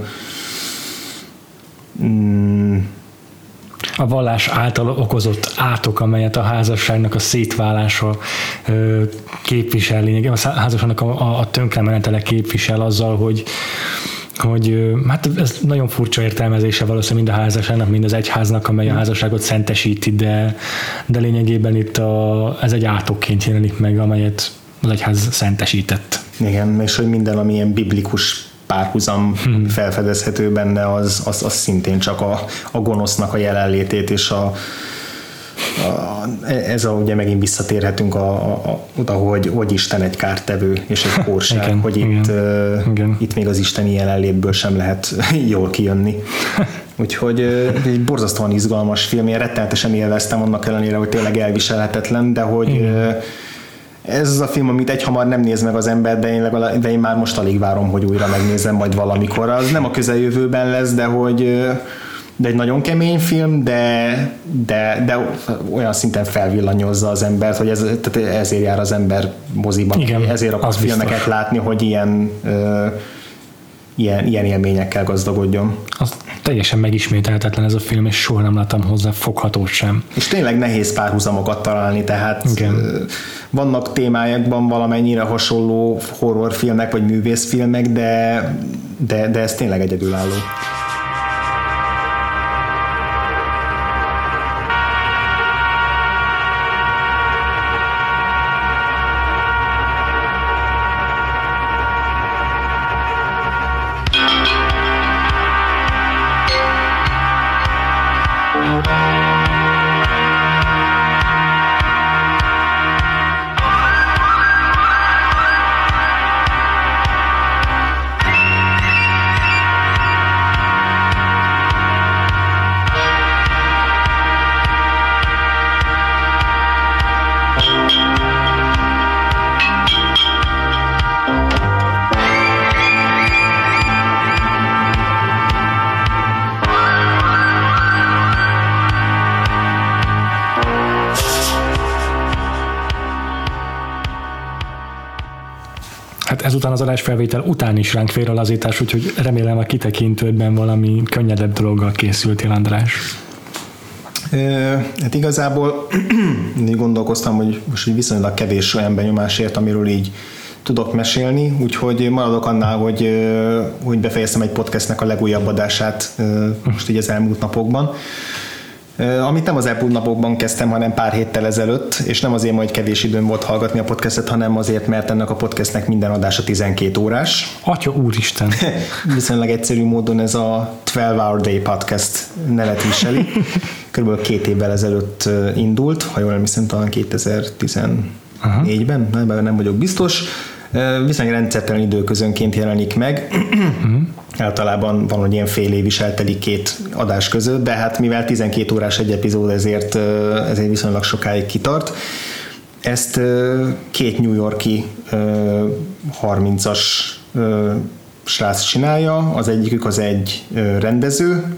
Mm. a vallás által okozott átok, amelyet a házasságnak a szétválása ö, képvisel, lényegében a házasságnak a, a, a tönkremenetele képvisel azzal, hogy hogy hát ez nagyon furcsa értelmezése valószínűleg mind a házasságnak, mind az egyháznak, amely a házasságot szentesíti, de, de lényegében itt a, ez egy átokként jelenik meg, amelyet az egyház szentesített. Igen, és hogy minden, ami ilyen biblikus párhuzam hmm. felfedezhető benne, az, az, az szintén csak a, a gonosznak a jelenlétét, és a, a, ez a, ugye megint visszatérhetünk a, a, oda, hogy, hogy Isten egy kártevő, és egy kórság, igen, hogy igen, itt, igen. itt még az isteni jelenlétből sem lehet jól kijönni. Úgyhogy egy borzasztóan izgalmas film, én rettenetesen élveztem annak ellenére, hogy tényleg elviselhetetlen, de hogy igen. Ez az a film, amit egyhamar nem néz meg az ember, de én, legalább, de én már most alig várom, hogy újra megnézem majd valamikor. Az nem a közeljövőben lesz, de hogy de egy nagyon kemény film, de, de, de olyan szinten felvillanyozza az embert, hogy ez, tehát ezért jár az ember moziban. Igen, ezért akar filmeket biztos látni, hogy ilyen, ö, ilyen, ilyen élményekkel gazdagodjon. Az teljesen megismételhetetlen ez a film, és soha nem láttam hozzá foghatót sem. És tényleg nehéz párhuzamokat találni, tehát igen. vannak témájakban valamennyire hasonló horrorfilmek vagy művészfilmek, de, de, de ez tényleg egyedülálló. Ezután az adásfelvétel után is ránk fér a lazítás, úgyhogy remélem a kitekintődben valami könnyedebb dologgal készültél, András. E, hát igazából így gondolkoztam, hogy most így viszonylag kevés olyan benyomásért, amiről így tudok mesélni, úgyhogy maradok annál, hogy, hogy befejeztem egy podcastnek a legújabb adását most így az elmúlt napokban. Amit nem az elmúlt napokban kezdtem, hanem pár héttel ezelőtt, és nem azért, hogy kevés időm volt hallgatni a podcastet, hanem azért, mert ennek a podcastnek minden adása tizenkét órás. Atya úristen! Viszonylag egyszerű módon ez a twelve hour day podcast nevet viseli. Körülbelül két évvel ezelőtt indult, ha jól emlékszem, talán kétezer-tizennégyben, nem, nem vagyok biztos. Viszonylag rendszertelen időközönként jelenik meg. Uh-huh. Általában van, hogy ilyen fél év is eltelik két adás között, de hát mivel tizenkét órás egy epizód, ezért, ezért viszonylag sokáig kitart. Ezt két New York-i harmincas srác csinálja, az egyikük az egy rendező,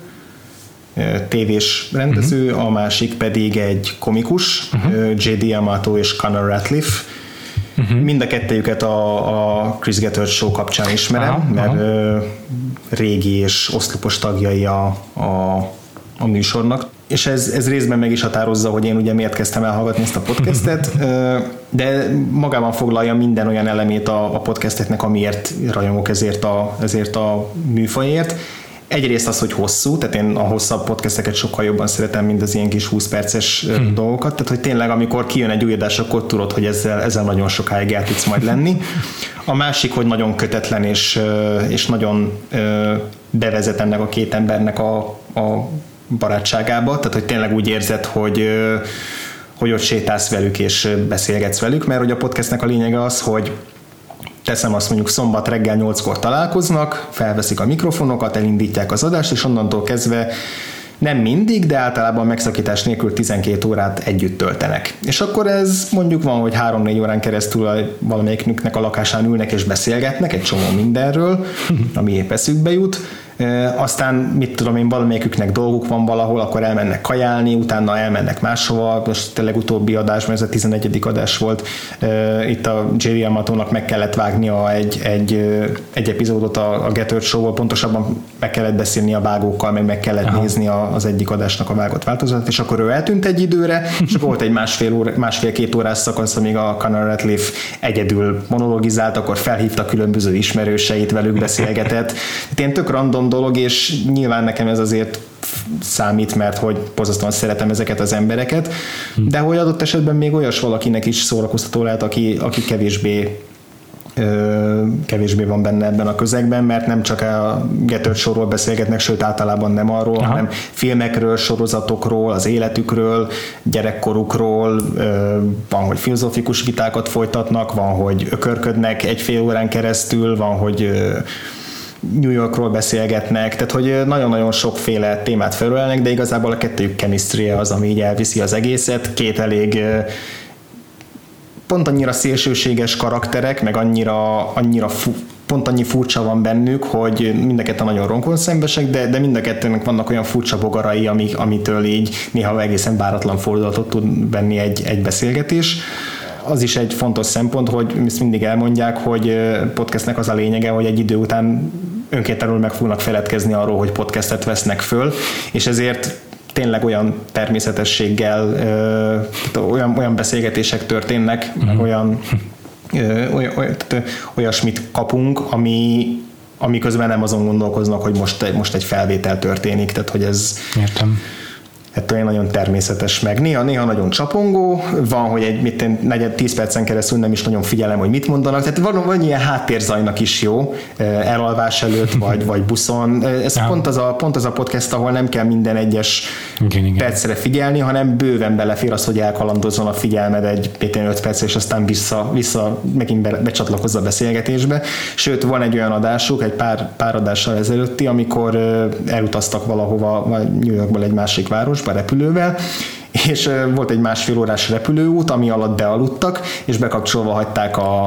tévés rendező, uh-huh. a másik pedig egy komikus, uh-huh. J D Amato és Connor Ratliff. Uh-huh. Mind a kettejüket a, a Chris Gethard Show kapcsán ismerem, aha, mert aha. régi és oszlopos tagjai a, a, a műsornak. és ez, ez részben meg is határozza, hogy én ugye miért kezdtem el hallgatni ezt a podcastet, de magában foglalja minden olyan elemét a, a podcasteknek, amiért rajongok ezért a, ezért a műfajért. Egyrészt az, hogy hosszú, tehát én a hosszabb podcasteket sokkal jobban szeretem, mint az ilyen kis húsz perces hmm. dolgokat, tehát hogy tényleg amikor kijön egy új adás, akkor tudod, hogy ezzel, ezzel nagyon sokáig el tudsz majd lenni. A másik, hogy nagyon kötetlen és, és nagyon bevezet ennek a két embernek a, a barátságába, tehát hogy tényleg úgy érzed, hogy, hogy ott sétálsz velük és beszélgetsz velük, mert hogy a podcastnek a lényege az, hogy teszem azt, mondjuk szombat reggel nyolckor találkoznak, felveszik a mikrofonokat, elindítják az adást, és onnantól kezdve nem mindig, de általában megszakítás nélkül tizenkét órát együtt töltenek. És akkor ez mondjuk van, hogy három-négy órán keresztül valamelyiknek a lakásán ülnek és beszélgetnek egy csomó mindenről, ami épp eszükbe jut. Aztán, mit tudom én, valamelyiküknek dolguk van valahol, akkor elmennek kajálni, utána elmennek máshova, most a legutóbbi adásban, ez a tizenegyedik adás volt, itt a Jerry Amatónak meg kellett vágnia egy, egy, egy epizódot a, a Get Earth Show-ból, pontosabban meg kellett beszélni a vágókkal, meg meg kellett Aha. nézni a, az egyik adásnak a vágott változatát, és akkor ő eltűnt egy időre, és akkor volt egy másfél, óra, másfél-két órás szakasz, amíg a Conor Radcliffe egyedül monologizált, akkor felhívta különböző ismerőseit, velük beszélgetett. Ilyen tök random dolog, és nyilván nekem ez azért számít, mert hogy borzasztóan szeretem ezeket az embereket, de hogy adott esetben még olyas valakinek is szórakoztató lehet, aki, aki kevésbé ö, kevésbé van benne ebben a közegben, mert nem csak a Get Earth Show-ról beszélgetnek, sőt általában nem arról, Aha. hanem filmekről, sorozatokról, az életükről, gyerekkorukról, ö, van, hogy filozófikus vitákat folytatnak, van, hogy ökörködnek egy fél órán keresztül, van, hogy ö, New Yorkról beszélgetnek, tehát hogy nagyon-nagyon sokféle témát felölelnek, de igazából a kettőjük chemistry-e az, ami így elviszi az egészet. Két elég pont annyira szélsőséges karakterek, meg annyira, annyira fu, pont annyi furcsa van bennük, hogy mind a ketten nagyon ronkon szembesek, de, de mind a kettőnek vannak olyan furcsa bogarai, amik, amitől így néha egészen váratlan fordulatot tud venni egy, egy beszélgetés. Az is egy fontos szempont, hogy ezt mindig elmondják, hogy podcastnek az a lényege, hogy egy idő után önkéntelenül meg fognak feledkezni arról, hogy podcastet vesznek föl, és ezért tényleg olyan természetességgel olyan, olyan beszélgetések történnek, mm-hmm. meg olyan, olyan, olyan tehát olyasmit kapunk, ami, ami közben nem azon gondolkoznak, hogy most, most egy felvétel történik, tehát hogy ez... Értem. Ettől nagyon természetes meg. Néha, néha nagyon csapongó, van, hogy egy mit, negyed, tíz percen keresztül nem is nagyon figyelem, hogy mit mondanak, tehát van, van ilyen háttérzajnak is jó, elalvás előtt, vagy, vagy buszon. Ez ja. pont, az a, pont az a podcast, ahol nem kell minden egyes igen, igen. percre figyelni, hanem bőven belefér az, hogy elkalandozzon a figyelmed egy öt percre, és aztán vissza, vissza megint be, becsatlakozz a beszélgetésbe. Sőt, van egy olyan adásuk, egy pár, pár adással ezelőtti, amikor elutaztak valahova, New Yorkból egy másik város, repülővel, és volt egy másfél órás repülőút, ami alatt bealudtak, és bekapcsolva hagyták a, a,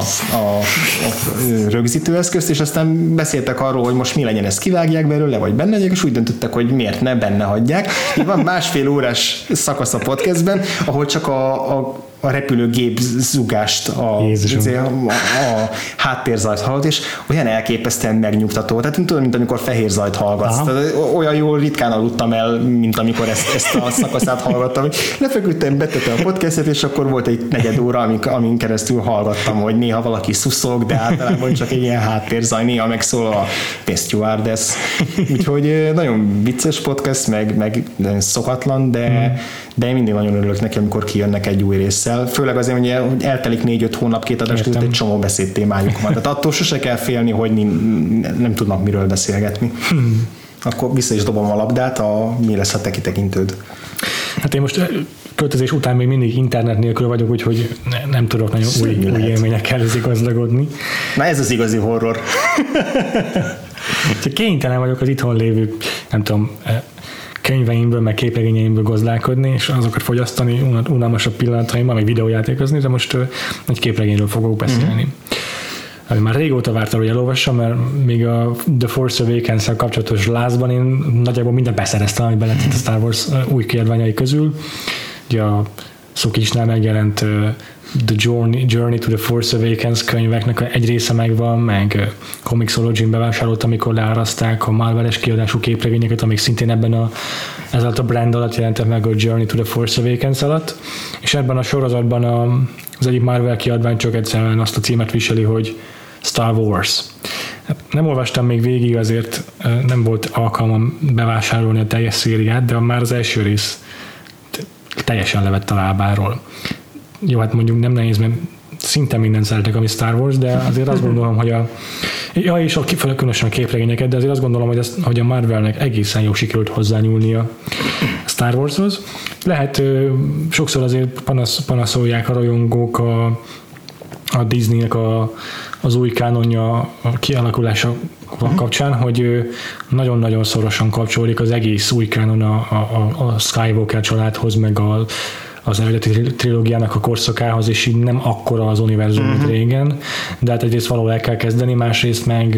a rögzítőeszközt, és aztán beszéltek arról, hogy most mi legyen, ezt kivágják belőle, vagy benne hagyják, és úgy döntöttek, hogy miért ne benne hagyják. Így van másfél órás szakasz a podcastben, ahol csak a, a a repülőgép zugást, a, a, a háttérzajt hallott, és olyan elképesztően megnyugtató. Tehát nem tudom, mint amikor fehér zajt hallgatsz. Olyan jól ritkán aludtam el, mint amikor ezt, ezt a szakaszát hallgattam. Lefeküdtem, betettem a podcastet, és akkor volt egy negyed óra, amin, amin keresztül hallgattam, hogy néha valaki szuszog, de általában csak egy ilyen háttérzaj, néha megszól a stewardess. Úgyhogy nagyon vicces podcast, meg, meg szokatlan, de, hmm. de én mindig nagyon örülök neki, amikor kijönnek egy új résszel. Főleg azért, hogy eltelik négy-öt hónap, két adás között egy csomó beszédtémájuk van. Tehát attól sose kell félni, hogy nem, nem tudnak miről beszélgetni. Hmm. Akkor vissza is dobom a labdát, a mi lesz a te kitekintőd. Hát én most költözés után még mindig internet nélkül vagyok, úgyhogy ne, nem tudok nagyon új, új élményekkel gazdagodni. Na ez az igazi horror. Csak kénytelen vagyok az itthon lévő, nem tudom, könyveimből, meg képregényeimből gazdálkodni, és azokat fogyasztani unalmasabb pillanataimban, meg videójátékozni, de most egy képregényről fogok beszélni. Mm-hmm. Ami már régóta vártam, hogy elolvassam, mert még a The Force Awakens-szel kapcsolatos lázban én nagyjából mindent beszereztem, ami belett a Star Wars új kiadványai közül. Ugye a Szokisnál megjelent The Journey, Journey to the Force Awakens könyveknek egy része megvan, meg Comixology-n bevásároltam, amikor leáraszták a Marvel-es kiadású képregényeket, amik szintén ebben a, ez alatt a brand alatt jelentek meg a Journey to the Force Awakens alatt, és ebben a sorozatban a, az egyik Marvel kiadvány csak egyszerűen azt a címet viseli, hogy Star Wars. Nem olvastam még végig, azért nem volt alkalmam bevásárolni a teljes szériát, de már az első rész teljesen levett a lábáról. Jó, hát mondjuk nem nehéz, mert szinte mindent szeretek, ami Star Wars, de azért azt gondolom, hogy a ja, és a különösen a képregényeket, de azért azt gondolom, hogy, ezt, hogy a Marvelnek egészen jó sikerült hozzányúlnia Star Warshoz. Lehet, sokszor azért panasz, panaszolják a rajongók a, a Disneynek a, az új kánonja a kialakulása kapcsán, hogy nagyon-nagyon szorosan kapcsolódik az egész új kánon a, a, a Skywalker családhoz, meg a, az eredeti trilógiának a korszakához, és így nem akkora az univerzum, mint régen, de hát egyrészt valahol el kell kezdeni, másrészt meg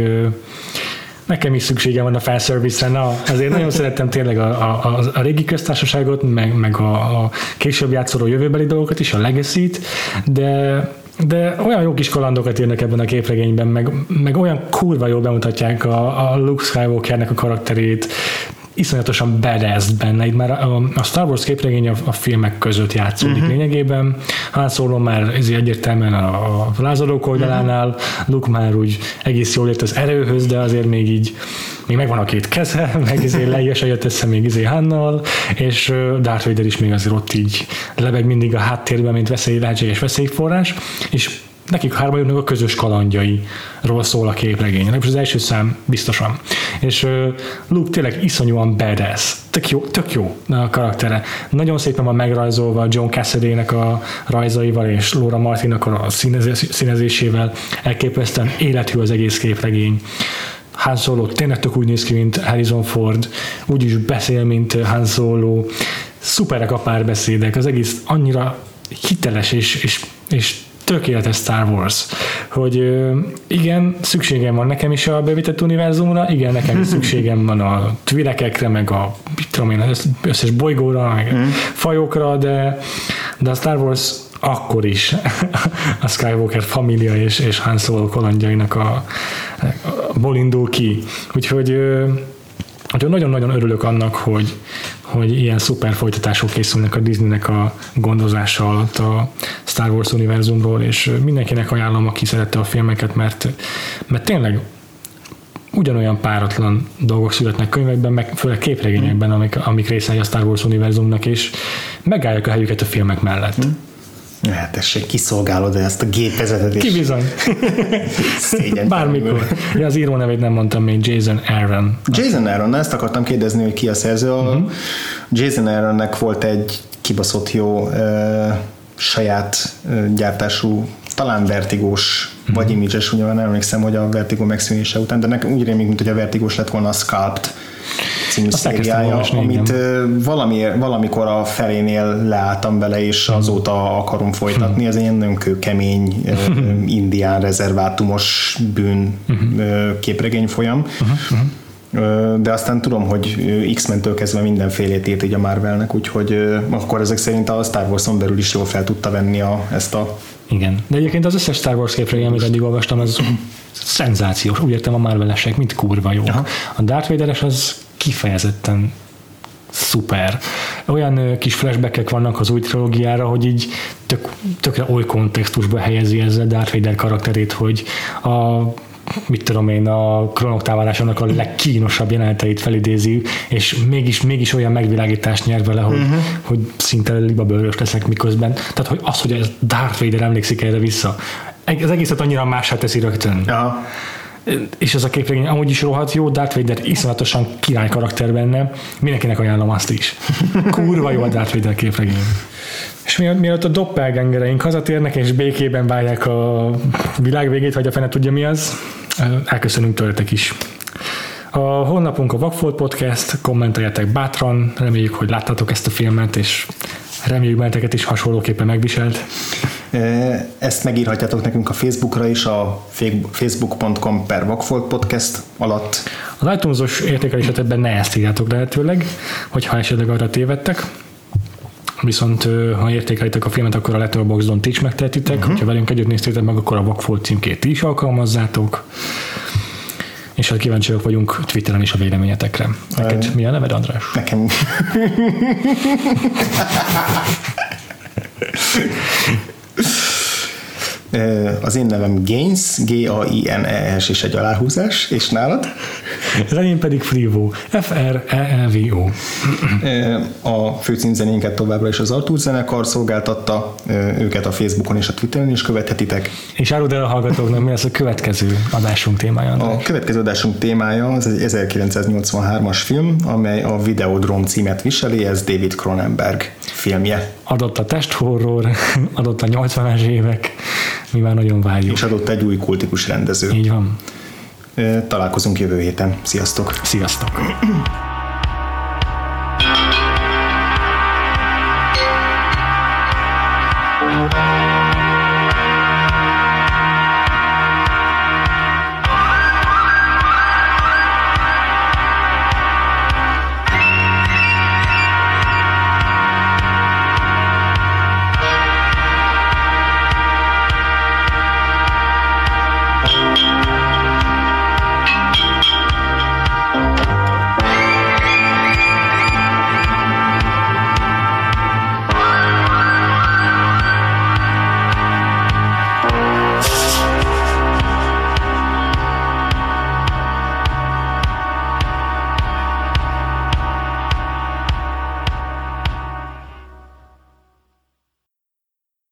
nekem is szükségem van a fanservice-re, na, azért nagyon szerettem tényleg a, a, a régi köztársaságot, meg, meg a, a később játszoló jövőbeli dolgokat is, a Legacy-t, de de olyan jó kis kalandokat írnak ebben a képregényben, meg, meg olyan kurva jól bemutatják a, a Luke Skywalkernek a karakterét, iszonyatosan badass benne. Itt már a, a Star Wars képregény a, a filmek között játszódik uh-huh. lényegében. Han Solo már ez egyértelműen a, a lázadók oldalánál, uh-huh. Luke már úgy egész jól ért az erőhöz, de azért még így még megvan a két keze, meg ezért Leia jött össze még izé Hannal, és Darth Vader is még azért ott így lebeg mindig a háttérben, mint veszély, lehetséges veszélyforrás, és nekik hármajuknak a közös kalandjairól szól a képregény. Az első szám biztosan. És uh, Luke tényleg iszonyúan badass. Tök jó, tök jó a karaktere. Nagyon szépen van megrajzolva John Cassidy-nek a rajzaival és Laura Martinnak a színezés, színezésével. Elképesztően élethű az egész képregény. Han Solo tényleg tök úgy néz ki, mint Harrison Ford. Úgy is beszél, mint Han Solo. Szuperek a párbeszédek. Az egész annyira hiteles és, és, és tökéletes Star Wars, hogy igen, szükségem van nekem is a bővített univerzumra, igen, nekem is szükségem van a twirekekre, meg a tudom én, összes bolygóra, meg mm. fajokra, de, de a Star Wars akkor is a Skywalker família és, és Han Solo kalandjainak a, a ból indul ki. Úgyhogy Úgyhogy nagyon-nagyon örülök annak, hogy, hogy ilyen szuper folytatások készülnek a Disneynek a gondozása alatt a Star Wars univerzumról, és mindenkinek ajánlom, aki szerette a filmeket, mert, mert tényleg ugyanolyan páratlan dolgok születnek könyvekben, meg főleg képregényekben, amik, amik részei a Star Wars univerzumnak, és megállják a helyüket a filmek mellett. Hmm. Hát tessék, kiszolgálod ezt a gépezetet is. Ki bizony. Bármikor. Ja, az író nevét nem mondtam még, Jason Aaron. Jason Aaron, ezt akartam kérdezni, hogy ki a szerző. Uh-huh. Jason Aaronnek volt egy kibaszott jó uh, saját uh, gyártású, talán vertigós, uh-huh. vagy image-es, ugye nem emlékszem, hogy a Vertigo megszűnése után, de nekem úgy rémlik, mint hogy a vertigós lett volna a Sculpt című szériája, amit valami, valamikor a felénél leálltam bele, és azóta akarom folytatni. Ez egy nagyon kőkemény, indián rezervátumos bűn képregény folyam. De aztán tudom, hogy X-Men-től kezdve mindenfélét írt így a Marvelnek, úgyhogy akkor ezek szerint a Star Wars-on belül is jól fel tudta venni a, ezt a... Igen, de egyébként az összes Star Wars képregény, amit eddig olvastam, az szenzációs. Úgy értem, a Marvel-esek mind kurva jók. Aha. A Darth Vader-es az kifejezetten szuper. Olyan kis flashbackek vannak az új trilógiára, hogy így tök, tökre oly kontextusba helyezi ezzel Darth Vader karakterét, hogy a mit tudom én, a klónok a legkínosabb jeleneteit felidézi, és mégis, mégis olyan megvilágítást nyer vele, hogy, uh-huh. hogy szinte libabőrös leszek miközben. Tehát hogy az, hogy ez Darth Vader emlékszik erre vissza, az egészet annyira mássá teszi rögtön. Ja. És ez a képregény amúgy is rohadt jó, Darth Vader iszonyatosan király karakter benne, mindenkinek ajánlom azt is. Kurva jó a Darth Vader képregény. És mielőtt a doppelgangereink hazatérnek, és békében várják a világ végét, vagy a fene tudja mi az, elköszönünk tőletek is. A honlapunk a Vakfolt Podcast, kommenteljetek bátran, reméljük, hogy láttátok ezt a filmet, és reméljük, benneteket is hasonlóképpen megviselt. Ezt megírhatjátok nekünk a Facebookra is, a facebook pont com per Vakfolt Podcast alatt. Az iTunes-os értékelésetekben ne ezt írjátok lehetőleg, hogyha esetleg arra tévedtek. viszont ha értékelitek a filmet, akkor a Letterboxdon ti is megtehetitek, uh-huh. hogyha velünk együtt néztétek meg, akkor a Vakfolt címkét ti is alkalmazzátok, és hát kíváncsiak vagyunk Twitteren is a véleményetekre. Neked uh, mi a neved, András? Nekem... Az én nevem Gaines, G A I N E S és egy aláhúzás, és nálad? Az enyém pedig Frivo, F R E E V O. A főcímzenénket továbbra is az Artur zenekar szolgáltatta, őket a Facebookon és a Twitteren is követhetitek. És áruld el a hallgatóknak, mi lesz a következő adásunk témája, András? A következő adásunk témája az egy ezerkilencszáznyolcvanhármas film, amely a Videodrome címet viseli, ez David Cronenberg filmje. Adott a testhorror, adott a nyolcvanas évek, mi már nagyon várjuk. És adott egy új kultikus rendező. Így van. Találkozunk jövő héten. Sziasztok! Sziasztok!